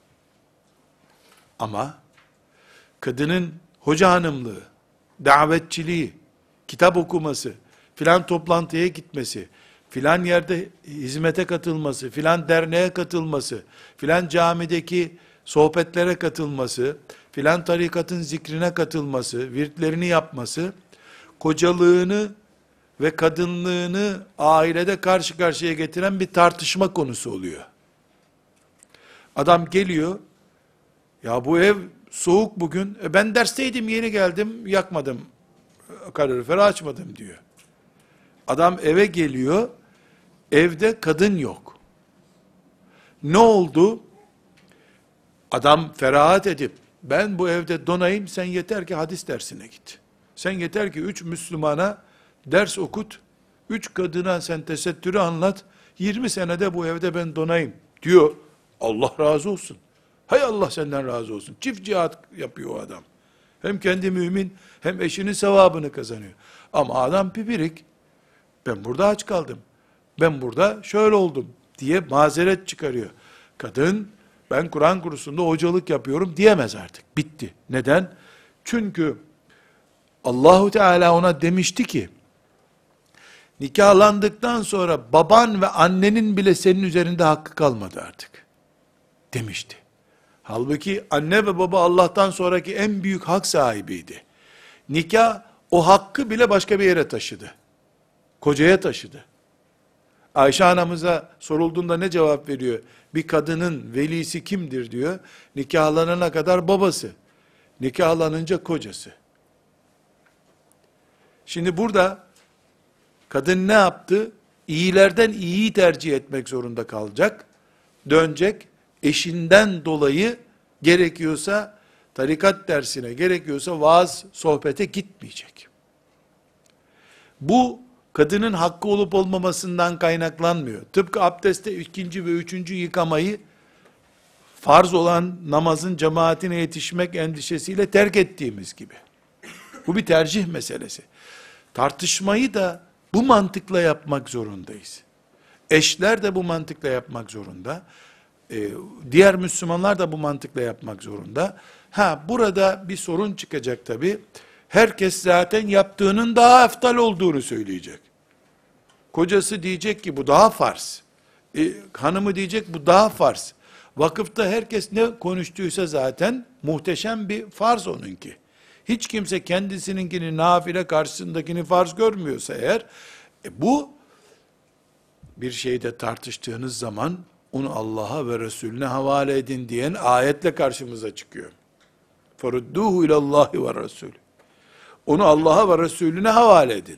Ama kadının hoca hanımlığı, davetçiliği, kitap okuması, filan toplantıya gitmesi, filan yerde hizmete katılması, filan derneğe katılması, filan camideki sohbetlere katılması, filan tarikatın zikrine katılması, virtlerini yapması, kocalığını ve kadınlığını ailede karşı karşıya getiren bir tartışma konusu oluyor. Adam geliyor, ya bu ev soğuk bugün, ben dersteydim yeni geldim, yakmadım, kaloriferi açmadım diyor. Adam eve geliyor, evde kadın yok. Ne oldu? Adam ferahat edip, ben bu evde donayım, sen yeter ki hadis dersine git. Sen yeter ki 3 Müslümana ders okut, 3 kadına sen tesettürü anlat, 20 senede bu evde ben donayım diyor. Allah razı olsun. Hay Allah senden razı olsun. Çift cihat yapıyor o adam. Hem kendi mümin, hem eşinin sevabını kazanıyor. Ama adam pipirik, ben burada aç kaldım, ben burada şöyle oldum diye mazeret çıkarıyor. Kadın, ben Kur'an kursunda hocalık yapıyorum diyemez artık. Bitti. Neden? Çünkü Allahu Teala ona demişti ki, nikahlandıktan sonra baban ve annenin bile senin üzerinde hakkı kalmadı artık. Demişti. Halbuki anne ve baba Allah'tan sonraki en büyük hak sahibiydi. Nikah o hakkı bile başka bir yere taşıdı. Kocaya taşıdı. Ayşe anamıza sorulduğunda ne cevap veriyor? Bir kadının velisi kimdir diyor. Nikahlanana kadar babası. Nikahlanınca kocası. Şimdi burada kadın ne yaptı? İyilerden iyiyi tercih etmek zorunda kalacak. Dönecek. Eşinden dolayı gerekiyorsa tarikat dersine, gerekiyorsa vaaz, sohbete gitmeyecek. Bu kadının hakkı olup olmamasından kaynaklanmıyor. Tıpkı abdestte ikinci ve üçüncü yıkamayı farz olan namazın cemaatine yetişmek endişesiyle terk ettiğimiz gibi. Bu bir tercih meselesi. Tartışmayı da bu mantıkla yapmak zorundayız. Eşler de bu mantıkla yapmak zorunda. Diğer Müslümanlar da bu mantıkla yapmak zorunda. Burada bir sorun çıkacak tabi. Herkes zaten yaptığının daha eftal olduğunu söyleyecek. Kocası diyecek ki bu daha farz. Hanımı diyecek bu daha farz. Vakıfta herkes ne konuştuysa zaten muhteşem bir farz onunki. Hiç kimse kendisininkini nafile, karşısındakini farz görmüyorsa eğer, bu bir şeyde tartıştığınız zaman onu Allah'a ve Resulüne havale edin diyen ayetle karşımıza çıkıyor. فَرُدُّوهُ اِلَى اللّٰهِ وَالرَّسُولِ Onu Allah'a ve Resulüne havale edin.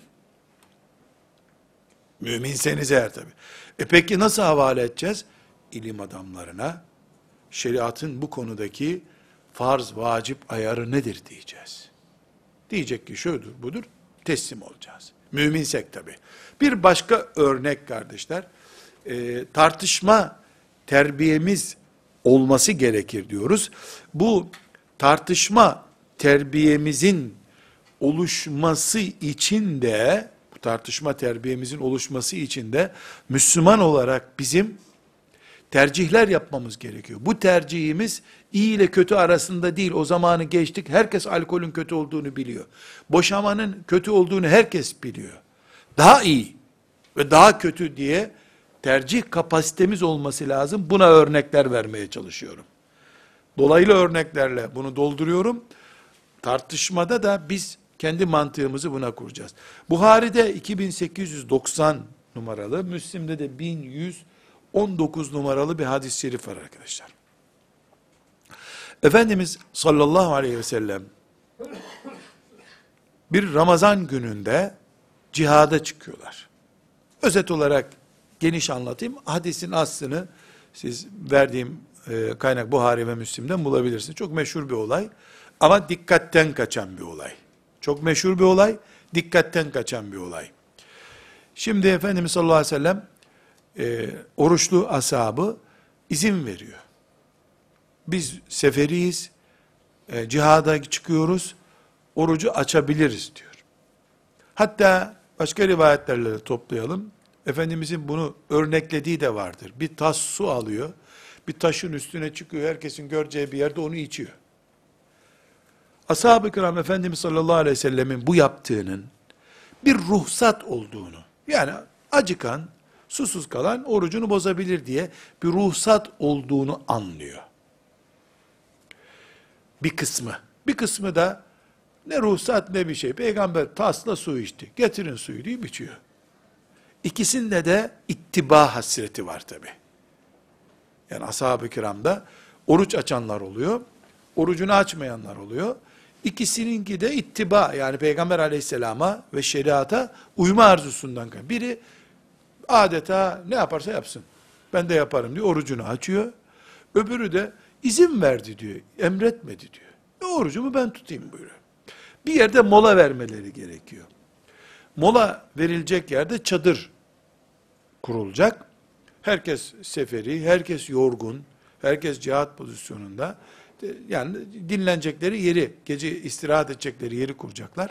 Müminseniz eğer tabi. Peki nasıl havale edeceğiz? İlim adamlarına, şeriatın bu konudaki farz, vacip ayarı nedir diyeceğiz. Diyecek ki şudur, budur, teslim olacağız. Müminsek tabi. Bir başka örnek kardeşler, tartışma terbiyemiz olması gerekir diyoruz. Bu tartışma terbiyemizin oluşması için de, bu tartışma terbiyemizin oluşması için de Müslüman olarak bizim tercihler yapmamız gerekiyor. Bu tercihimiz iyi ile kötü arasında değil. O zamanı geçtik. Herkes alkolün kötü olduğunu biliyor. Boşamanın kötü olduğunu herkes biliyor. Daha iyi ve daha kötü diye tercih kapasitemiz olması lazım. Buna örnekler vermeye çalışıyorum. Dolaylı örneklerle bunu dolduruyorum. Tartışmada da biz kendi mantığımızı buna kuracağız. Buhari'de 2890 numaralı, Müslim'de de 1119 numaralı bir hadis-i şerif var arkadaşlar. Efendimiz sallallahu aleyhi ve sellem bir Ramazan gününde cihada çıkıyorlar. Özet olarak geniş anlatayım. Hadisin aslını siz verdiğim kaynak Buhari ve Müslim'den bulabilirsiniz. Çok meşhur bir olay ama dikkatten kaçan bir olay. Çok meşhur bir olay, dikkatten kaçan bir olay. Şimdi Efendimiz sallallahu aleyhi ve sellem oruçlu ashabı izin veriyor. Biz seferiyiz, cihada çıkıyoruz, orucu açabiliriz diyor. Hatta başka rivayetlerle de toplayalım. Efendimizin bunu örneklediği de vardır. Bir tas su alıyor, bir taşın üstüne çıkıyor, herkesin göreceği bir yerde onu içiyor. Ashab-ı kiram Efendimiz sallallahu aleyhi ve sellemin bu yaptığının bir ruhsat olduğunu, yani acıkan, susuz kalan orucunu bozabilir diye bir ruhsat olduğunu anlıyor. Bir kısmı. Bir kısmı da Ne ruhsat ne bir şey. Peygamber tasla su içti. Getirin suyu deyip içiyor. İkisinde de ittiba hasreti var tabi. Yani ashab-ı kiramda oruç açanlar oluyor. Orucunu açmayanlar oluyor. İkisininki de ittiba, yani Peygamber aleyhisselama ve şeriata uyma arzusundan kaynaklı. Biri adeta ne yaparsa yapsın, ben de yaparım diyor, orucunu açıyor. Öbürü de izin verdi diyor, emretmedi diyor. Orucumu ben tutayım buyuruyor. Bir yerde mola vermeleri gerekiyor. Mola verilecek yerde çadır kurulacak. Herkes seferi, herkes yorgun, herkes cihat pozisyonunda. Yani dinlenecekleri yeri, gece istirahat edecekleri yeri kuracaklar.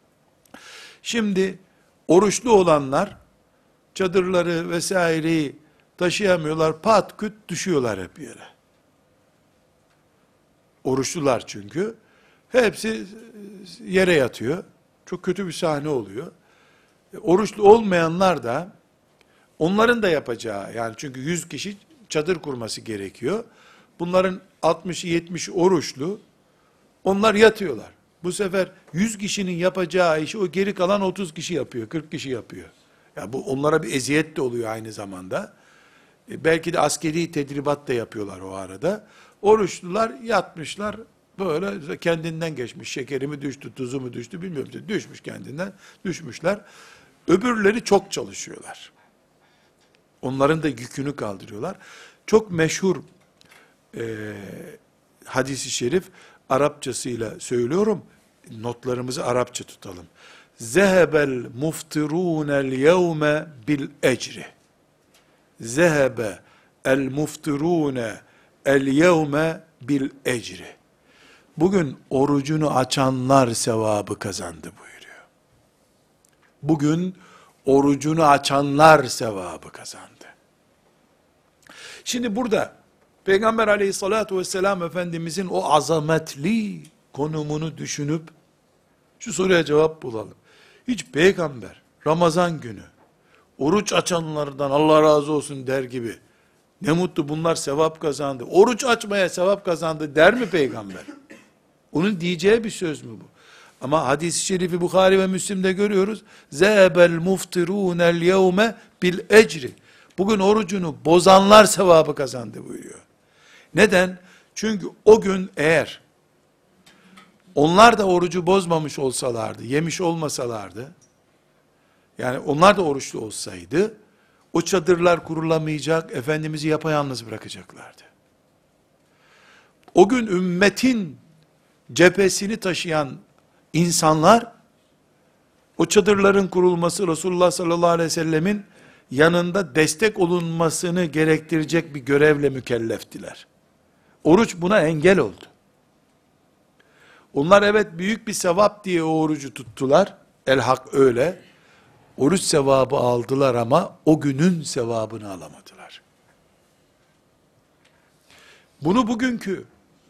Şimdi oruçlu olanlar çadırları vesaireyi taşıyamıyorlar, pat küt düşüyorlar hep yere. Oruçlular çünkü. Hepsi yere yatıyor. Çok kötü bir sahne oluyor. Oruçlu olmayanlar da, onların da yapacağı, yani çünkü 100 kişi çadır kurması gerekiyor. Bunların 60'ı 70'i oruçlu. Onlar yatıyorlar. Bu sefer 100 kişinin yapacağı işi o geri kalan 30 kişi yapıyor, 40 kişi yapıyor. Ya bu onlara bir eziyet de oluyor aynı zamanda. Belki de askeri tedribat da yapıyorlar o arada. Oruçlular yatmışlar, böyle kendinden geçmiş. Şekeri mi düştü, tuzu mu düştü bilmiyorum. Düşmüş kendinden, düşmüşler. Öbürleri çok çalışıyorlar. Onların da yükünü kaldırıyorlar. Çok meşhur hadis-i şerif, Arapçasıyla söylüyorum, notlarımızı Arapça tutalım. Zehebel muftirûnel yevme bil ecri. Zehebe el muftirûne el yevme bil ecri. Bugün orucunu açanlar sevabı kazandı buyuruyor. Bugün orucunu açanlar sevabı kazandı. Şimdi burada Peygamber aleyhissalatu vesselam Efendimizin o azametli konumunu düşünüp şu soruya cevap bulalım. Hiç peygamber Ramazan günü oruç açanlardan Allah razı olsun der gibi, ne mutlu bunlar sevap kazandı, oruç açmaya sevap kazandı der mi peygamber? Onun diyeceği bir söz mü bu? Ama hadis-i şerifi Bukhari ve Müslim'de görüyoruz. Zehebel muftirûnel yevme bil ecri. Bugün orucunu bozanlar sevabı kazandı buyuruyor. Neden? Çünkü o gün eğer onlar da orucu bozmamış olsalardı, yemiş olmasalardı, yani onlar da oruçlu olsaydı, o çadırlar kurulamayacak, Efendimiz'i yapayalnız bırakacaklardı. O gün ümmetin cephesini taşıyan insanlar, o çadırların kurulması, Resulullah sallallahu aleyhi ve sellemin yanında destek olunmasını gerektirecek bir görevle mükelleftiler. Oruç buna engel oldu. Onlar evet büyük bir sevap diye o orucu tuttular. El hak öyle. Oruç sevabı aldılar ama o günün sevabını alamadılar. Bunu bugünkü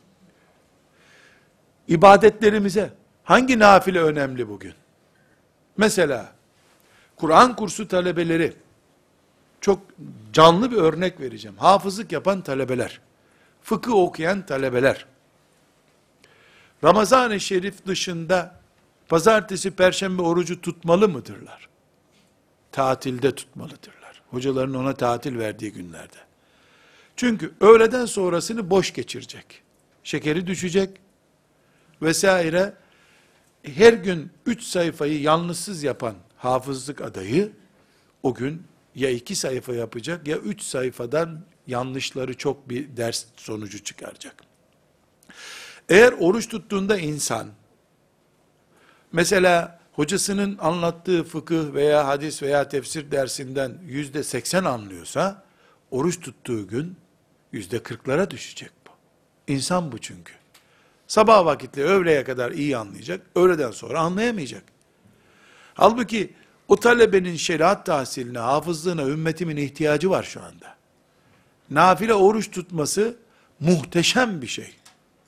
ibadetlerimize, hangi nafile önemli bugün? Mesela Kur'an kursu talebeleri, çok canlı bir örnek vereceğim. Hafızlık yapan talebeler, fıkıh okuyan talebeler, Ramazan-ı Şerif dışında pazartesi, perşembe orucu tutmalı mıdırlar? Tatilde tutmalıdırlar. Hocaların ona tatil verdiği günlerde. Çünkü öğleden sonrasını boş geçirecek. Şekeri düşecek vesaire. Her gün 3 sayfayı yanlışsız yapan hafızlık adayı o gün ya 2 sayfa yapacak ya 3 sayfadan yanlışları çok bir ders sonucu çıkaracak. Eğer oruç tuttuğunda insan, mesela hocasının anlattığı fıkıh veya hadis veya tefsir dersinden %80 anlıyorsa, oruç tuttuğu gün %40'lara düşecek bu. İnsan bu çünkü. Sabah vakitli öğleye kadar iyi anlayacak, öğleden sonra anlayamayacak. Halbuki o talebenin şeriat tahsiline, hafızlığına ümmetimin ihtiyacı var şu anda. Nafile oruç tutması muhteşem bir şey.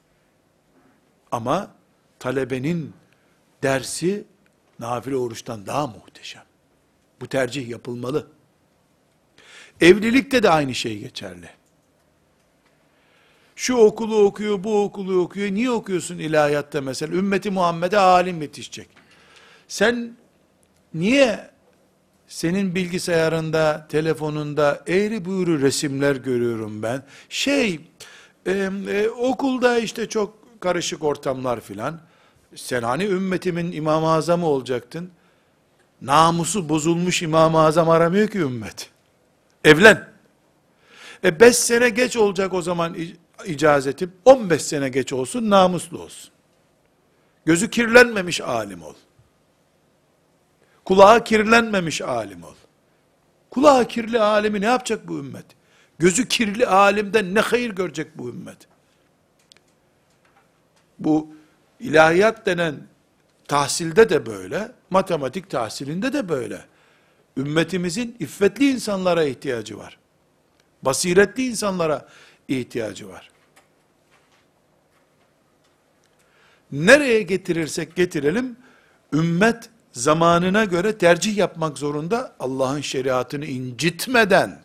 Ama talebenin dersi nafile oruçtan daha muhteşem. Bu tercih yapılmalı. Evlilikte de aynı şey geçerli. Şu okulu okuyor, bu okulu okuyor. Niye okuyorsun ilahiyatta mesela? Ümmeti Muhammed'e alim yetişecek. Sen niye senin bilgisayarında, telefonunda eğri büğrü resimler görüyorum ben? Okulda işte çok karışık ortamlar filan. Sen hani ümmetimin İmam-ı Azamı olacaktın. Namusu bozulmuş İmam-ı Azam aramıyor ki ümmet. Evlen. 5 sene geç olacak o zaman icazetim. 15 sene geç olsun, namuslu olsun. Gözü kirlenmemiş alim ol. Kulağı kirlenmemiş alim ol. Kulağı kirli alimi ne yapacak bu ümmet? Gözü kirli alimden ne hayır görecek bu ümmet? Bu ilahiyat denen tahsilde de böyle, matematik tahsilinde de böyle. Ümmetimizin iffetli insanlara ihtiyacı var. Basiretli insanlara ihtiyacı var. Nereye getirirsek getirelim, ümmet zamanına göre tercih yapmak zorunda, Allah'ın şeriatını incitmeden.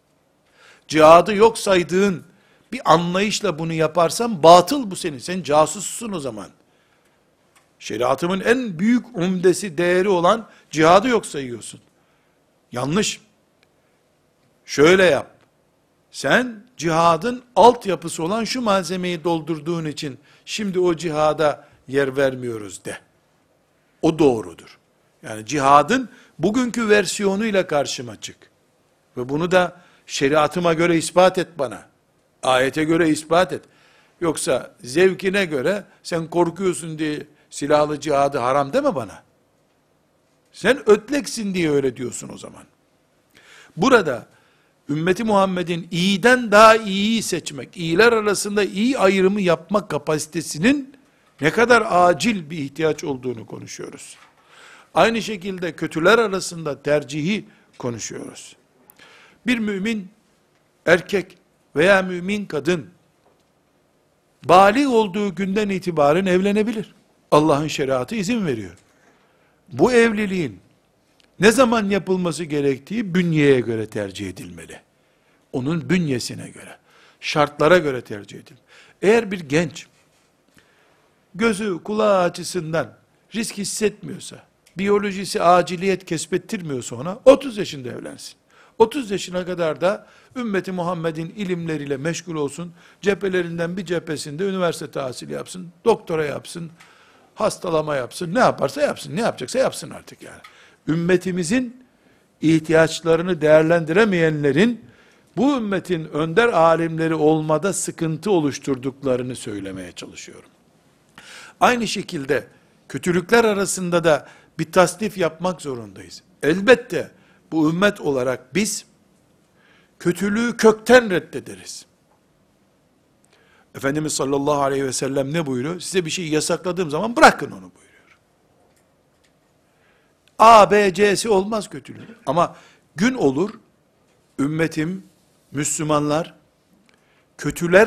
Cihadı yok saydığın bir anlayışla bunu yaparsan, batıl bu senin. Sen casussun o zaman. Şeriatımın en büyük umdesi, değeri olan cihadı yok sayıyorsun. Yanlış. Şöyle yap. Sen cihadın altyapısı olan şu malzemeyi doldurduğun için şimdi o cihada yer vermiyoruz de. O doğrudur. Yani cihadın bugünkü versiyonuyla karşıma çık. Ve bunu da şeriatıma göre ispat et bana. Ayete göre ispat et. Yoksa zevkine göre sen korkuyorsun diye silahlı cihadı haram deme bana. Sen ötleksin diye öyle diyorsun o zaman. Burada ümmeti Muhammed'in iyiden daha iyiyi seçmek, iyiler arasında iyi ayrımı yapmak kapasitesinin ne kadar acil bir ihtiyaç olduğunu konuşuyoruz. Aynı şekilde kötüler arasında tercihi konuşuyoruz. Bir mümin erkek veya mümin kadın bâlig olduğu günden itibaren evlenebilir. Allah'ın şeriatı izin veriyor. Bu evliliğin ne zaman yapılması gerektiği bünyeye göre tercih edilmeli. Onun bünyesine göre, şartlara göre tercih edilmeli. Eğer bir genç, gözü kulağı açısından risk hissetmiyorsa, biyolojisi aciliyet kesbettirmiyorsa ona, 30 yaşında evlensin. 30 yaşına kadar da ümmeti Muhammed'in ilimleriyle meşgul olsun, cephelerinden bir cephesinde üniversite tahsili yapsın, doktora yapsın, hastalama yapsın, ne yaparsa yapsın, ne yapacaksa yapsın artık yani. Ümmetimizin ihtiyaçlarını değerlendiremeyenlerin, bu ümmetin önder alimleri olmada sıkıntı oluşturduklarını söylemeye çalışıyorum. Aynı şekilde, kötülükler arasında da bir tasnif yapmak zorundayız. Elbette, bu ümmet olarak biz, kötülüğü kökten reddederiz. Efendimiz sallallahu aleyhi ve sellem ne buyuruyor? Size bir şey yasakladığım zaman bırakın onu buyuruyor. A, B, C'si olmaz kötülük. Ama gün olur, ümmetim, Müslümanlar, kötüler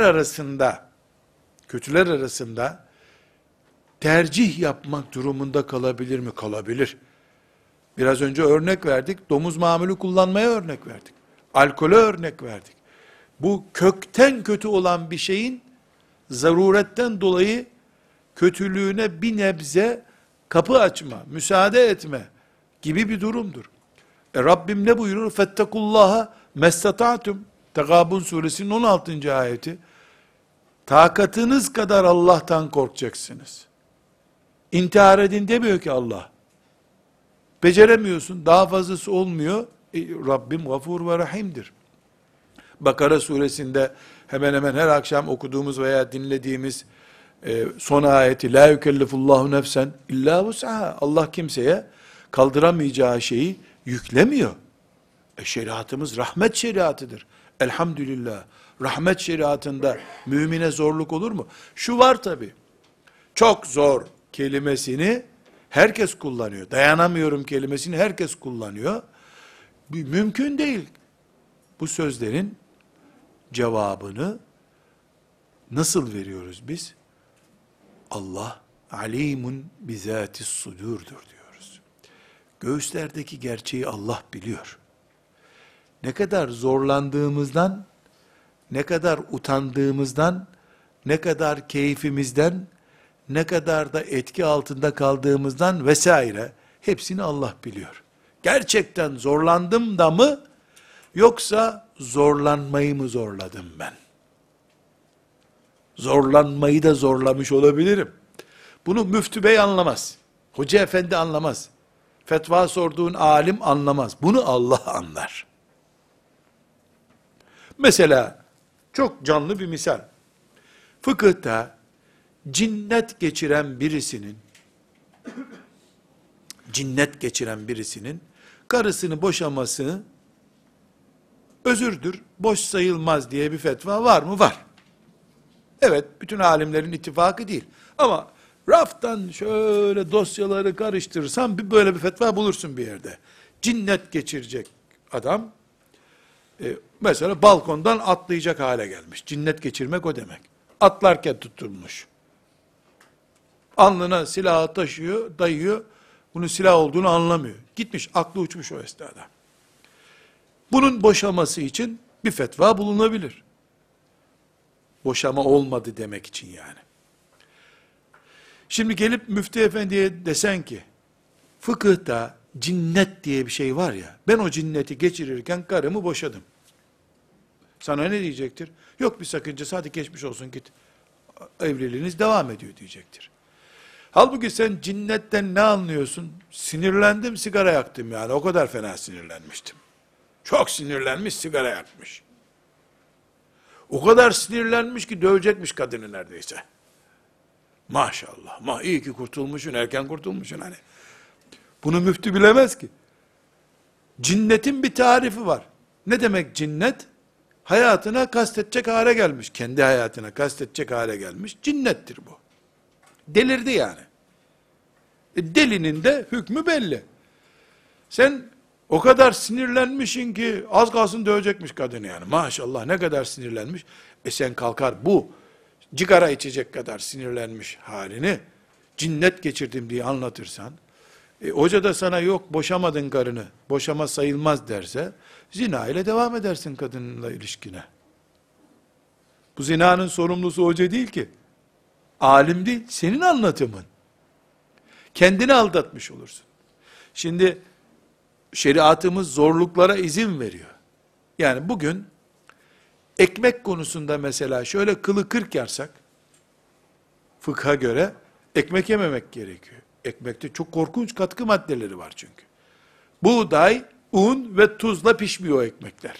arasında tercih yapmak durumunda kalabilir mi? Kalabilir. Biraz önce örnek verdik, domuz mamülü kullanmaya örnek verdik. Alkole örnek verdik. Bu kökten kötü olan bir şeyin, zaruretten dolayı kötülüğüne bir nebze kapı açma, müsaade etme gibi bir durumdur. Rabbim ne buyurur? Fettekullaha mestata'tum. Tegabun suresinin 16. ayeti. Takatınız kadar Allah'tan korkacaksınız. İntihar edin demiyor ki Allah. Beceremiyorsun, daha fazlası olmuyor. Rabbim gafur ve rahimdir. Bakara suresinde hemen hemen her akşam okuduğumuz veya dinlediğimiz son ayeti, la yükellifullahu nefsen illa vus'aha. Allah kimseye kaldıramayacağı şeyi yüklemiyor. Şeriatımız rahmet şeriatıdır. Elhamdülillah. Rahmet şeriatında mümine zorluk olur mu? Şu var tabi. Çok zor kelimesini herkes kullanıyor. Dayanamıyorum kelimesini herkes kullanıyor. Mümkün değil. Bu sözlerin cevabını nasıl veriyoruz biz? Allah alimun bizatis sudurdur diyoruz. Göğüslerdeki gerçeği Allah biliyor. Ne kadar zorlandığımızdan, ne kadar utandığımızdan ne kadar keyfimizden, ne kadar da etki altında kaldığımızdan vesaire, hepsini Allah biliyor. Gerçekten zorlandım da mı, yoksa zorlanmayı mı zorladım ben? Zorlanmayı da zorlamış olabilirim. Bunu müftü bey anlamaz. Hoca efendi anlamaz. Fetva sorduğun alim anlamaz. Bunu Allah anlar. Mesela, çok canlı bir misal. Fıkıhta, cinnet geçiren birisinin, karısını boşaması, özürdür, boş sayılmaz diye bir fetva var mı? Var. Evet, bütün alimlerin ittifakı değil. Ama raftan şöyle dosyaları karıştırırsan, böyle bir fetva bulursun bir yerde. Cinnet geçirecek adam, mesela balkondan atlayacak hale gelmiş. Cinnet geçirmek o demek. Atlarken tutulmuş. Alnına silahı taşıyor, dayıyor. Bunun silah olduğunu anlamıyor. Gitmiş, aklı uçmuş o esnada. Bunun boşaması için bir fetva bulunabilir. Boşama olmadı demek için yani. Şimdi gelip müftü efendiye desen ki, fıkıhta cinnet diye bir şey var ya, ben o cinneti geçirirken karımı boşadım. Sana ne diyecektir? Yok bir sakıncası, hadi geçmiş olsun git. Evliliğiniz devam ediyor diyecektir. Halbuki sen cinnetten ne anlıyorsun? Sinirlendim, sigara yaktım yani. O kadar fena sinirlenmiştim. Çok sinirlenmiş, sigara yakmış. O kadar sinirlenmiş ki dövecekmiş kadını neredeyse. Maşallah, iyi ki kurtulmuşsun, erken kurtulmuşsun hani. Bunu müftü bilemez ki. Cinnetin bir tarifi var. Ne demek cinnet? Hayatına kastetecek hale gelmiş. Kendi hayatına kastetecek hale gelmiş. Cinnettir bu. Delirdi yani. Delinin de hükmü belli. Sen o kadar sinirlenmişsin ki az kalsın dövecekmiş kadını yani. Maşallah ne kadar sinirlenmiş. Sen kalkar bu cigara içecek kadar sinirlenmiş halini cinnet geçirdim diye anlatırsan, hoca da sana yok boşamadın karını, boşama sayılmaz derse, zina ile devam edersin kadınla ilişkine. Bu zinanın sorumlusu hoca değil ki. Alim değil, senin anlatımın. Kendini aldatmış olursun. Şimdi şeriatımız zorluklara izin veriyor. Yani bugün ekmek konusunda mesela şöyle kılı kırk yarsak, fıkha göre ekmek yememek gerekiyor. Ekmekte çok korkunç katkı maddeleri var çünkü. Buğday, un ve tuzla pişmiyor o ekmekler.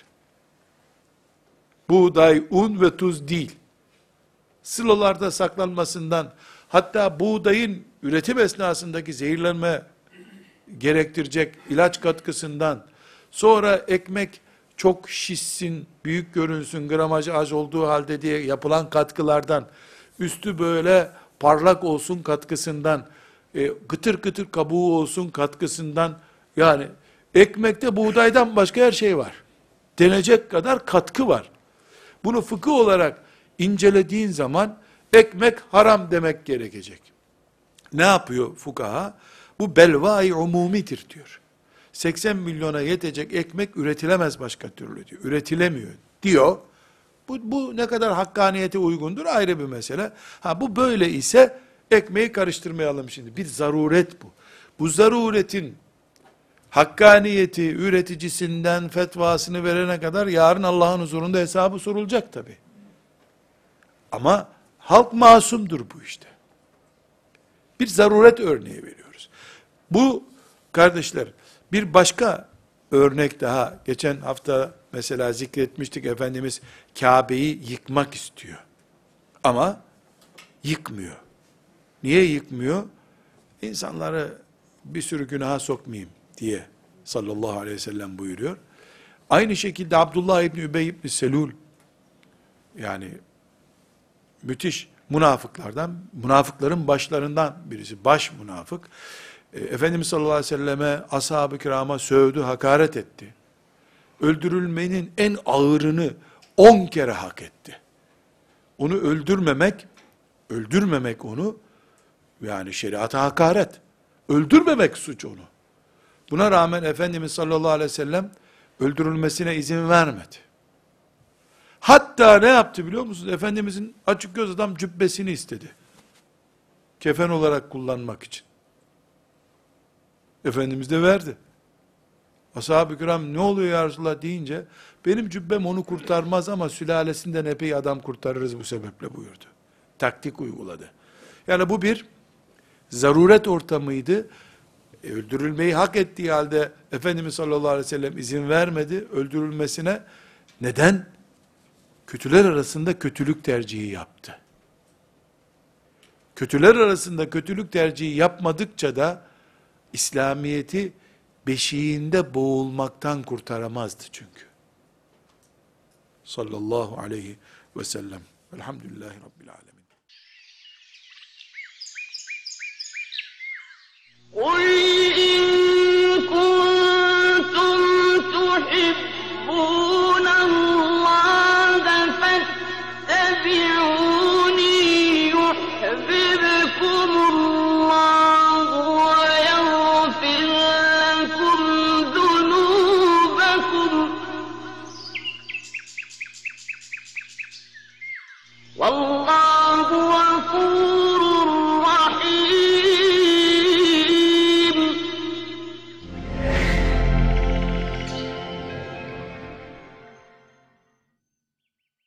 Buğday, un ve tuz değil. Silolarda saklanmasından, hatta buğdayın üretim esnasındaki zehirlenme gerektirecek ilaç katkısından, sonra ekmek çok şişsin, büyük görünsün, gramajı az olduğu halde diye yapılan katkılardan, üstü böyle parlak olsun katkısından, kıtır kıtır kabuğu olsun katkısından, yani ekmekte buğdaydan başka her şey var. Denecek kadar katkı var. Bunu fıkıh olarak incelediğin zaman, ekmek haram demek gerekecek. Ne yapıyor fukaha? Bu belva-i umumidir diyor. 80 milyona yetecek ekmek üretilemez başka türlü diyor. Üretilemiyor diyor. Bu ne kadar hakkaniyete uygundur ayrı bir mesele. Bu böyle ise ekmeği karıştırmayalım şimdi. Bir zaruret bu. Bu zaruretin hakkaniyeti üreticisinden fetvasını verene kadar yarın Allah'ın huzurunda hesabı sorulacak tabi. Ama halk masumdur bu işte. Bir zaruret örneği veriyoruz. Bu kardeşler, bir başka örnek daha, geçen hafta mesela zikretmiştik, Efendimiz Kabe'yi yıkmak istiyor. Ama yıkmıyor. Niye yıkmıyor? İnsanları bir sürü günaha sokmayayım diye sallallahu aleyhi ve sellem buyuruyor. Aynı şekilde Abdullah İbni Übey İbni Selul, yani müthiş münafıklardan, münafıkların başlarından birisi, baş münafık, Efendimiz sallallahu aleyhi ve selleme, ashab-ı kirama sövdü, hakaret etti. Öldürülmenin en ağırını 10 kere hak etti. Onu öldürmemek onu, yani şeriata hakaret. Öldürmemek suç onu. Buna rağmen Efendimiz sallallahu aleyhi ve sellem öldürülmesine izin vermedi. Hatta ne yaptı biliyor musunuz? Efendimizin açık göz adam cübbesini istedi. Kefen olarak kullanmak için. Efendimiz de verdi. Ashab-ı kiram ne oluyor ya Resulullah deyince, benim cübbem onu kurtarmaz ama sülalesinden epey adam kurtarırız bu sebeple buyurdu. Taktik uyguladı. Yani bu bir zaruret ortamıydı. Öldürülmeyi hak ettiği halde Efendimiz sallallahu aleyhi ve sellem izin vermedi öldürülmesine. Neden? Kötüler arasında kötülük tercihi yaptı. Kötüler arasında kötülük tercihi yapmadıkça da İslamiyet'i beşiğinde boğulmaktan kurtaramazdı çünkü. Sallallahu aleyhi ve sellem. Elhamdülillahi Rabbil alemin. قُلْ إِن كُنتُمْ تُحِبُّونَ اللَّهَ فَاتَّبِعُونِي يُحْبِبْكُمُ اللَّهُ وَيَغْفِرْ لَكُمْ ذُنُوبَكُمْ وَاللَّهُ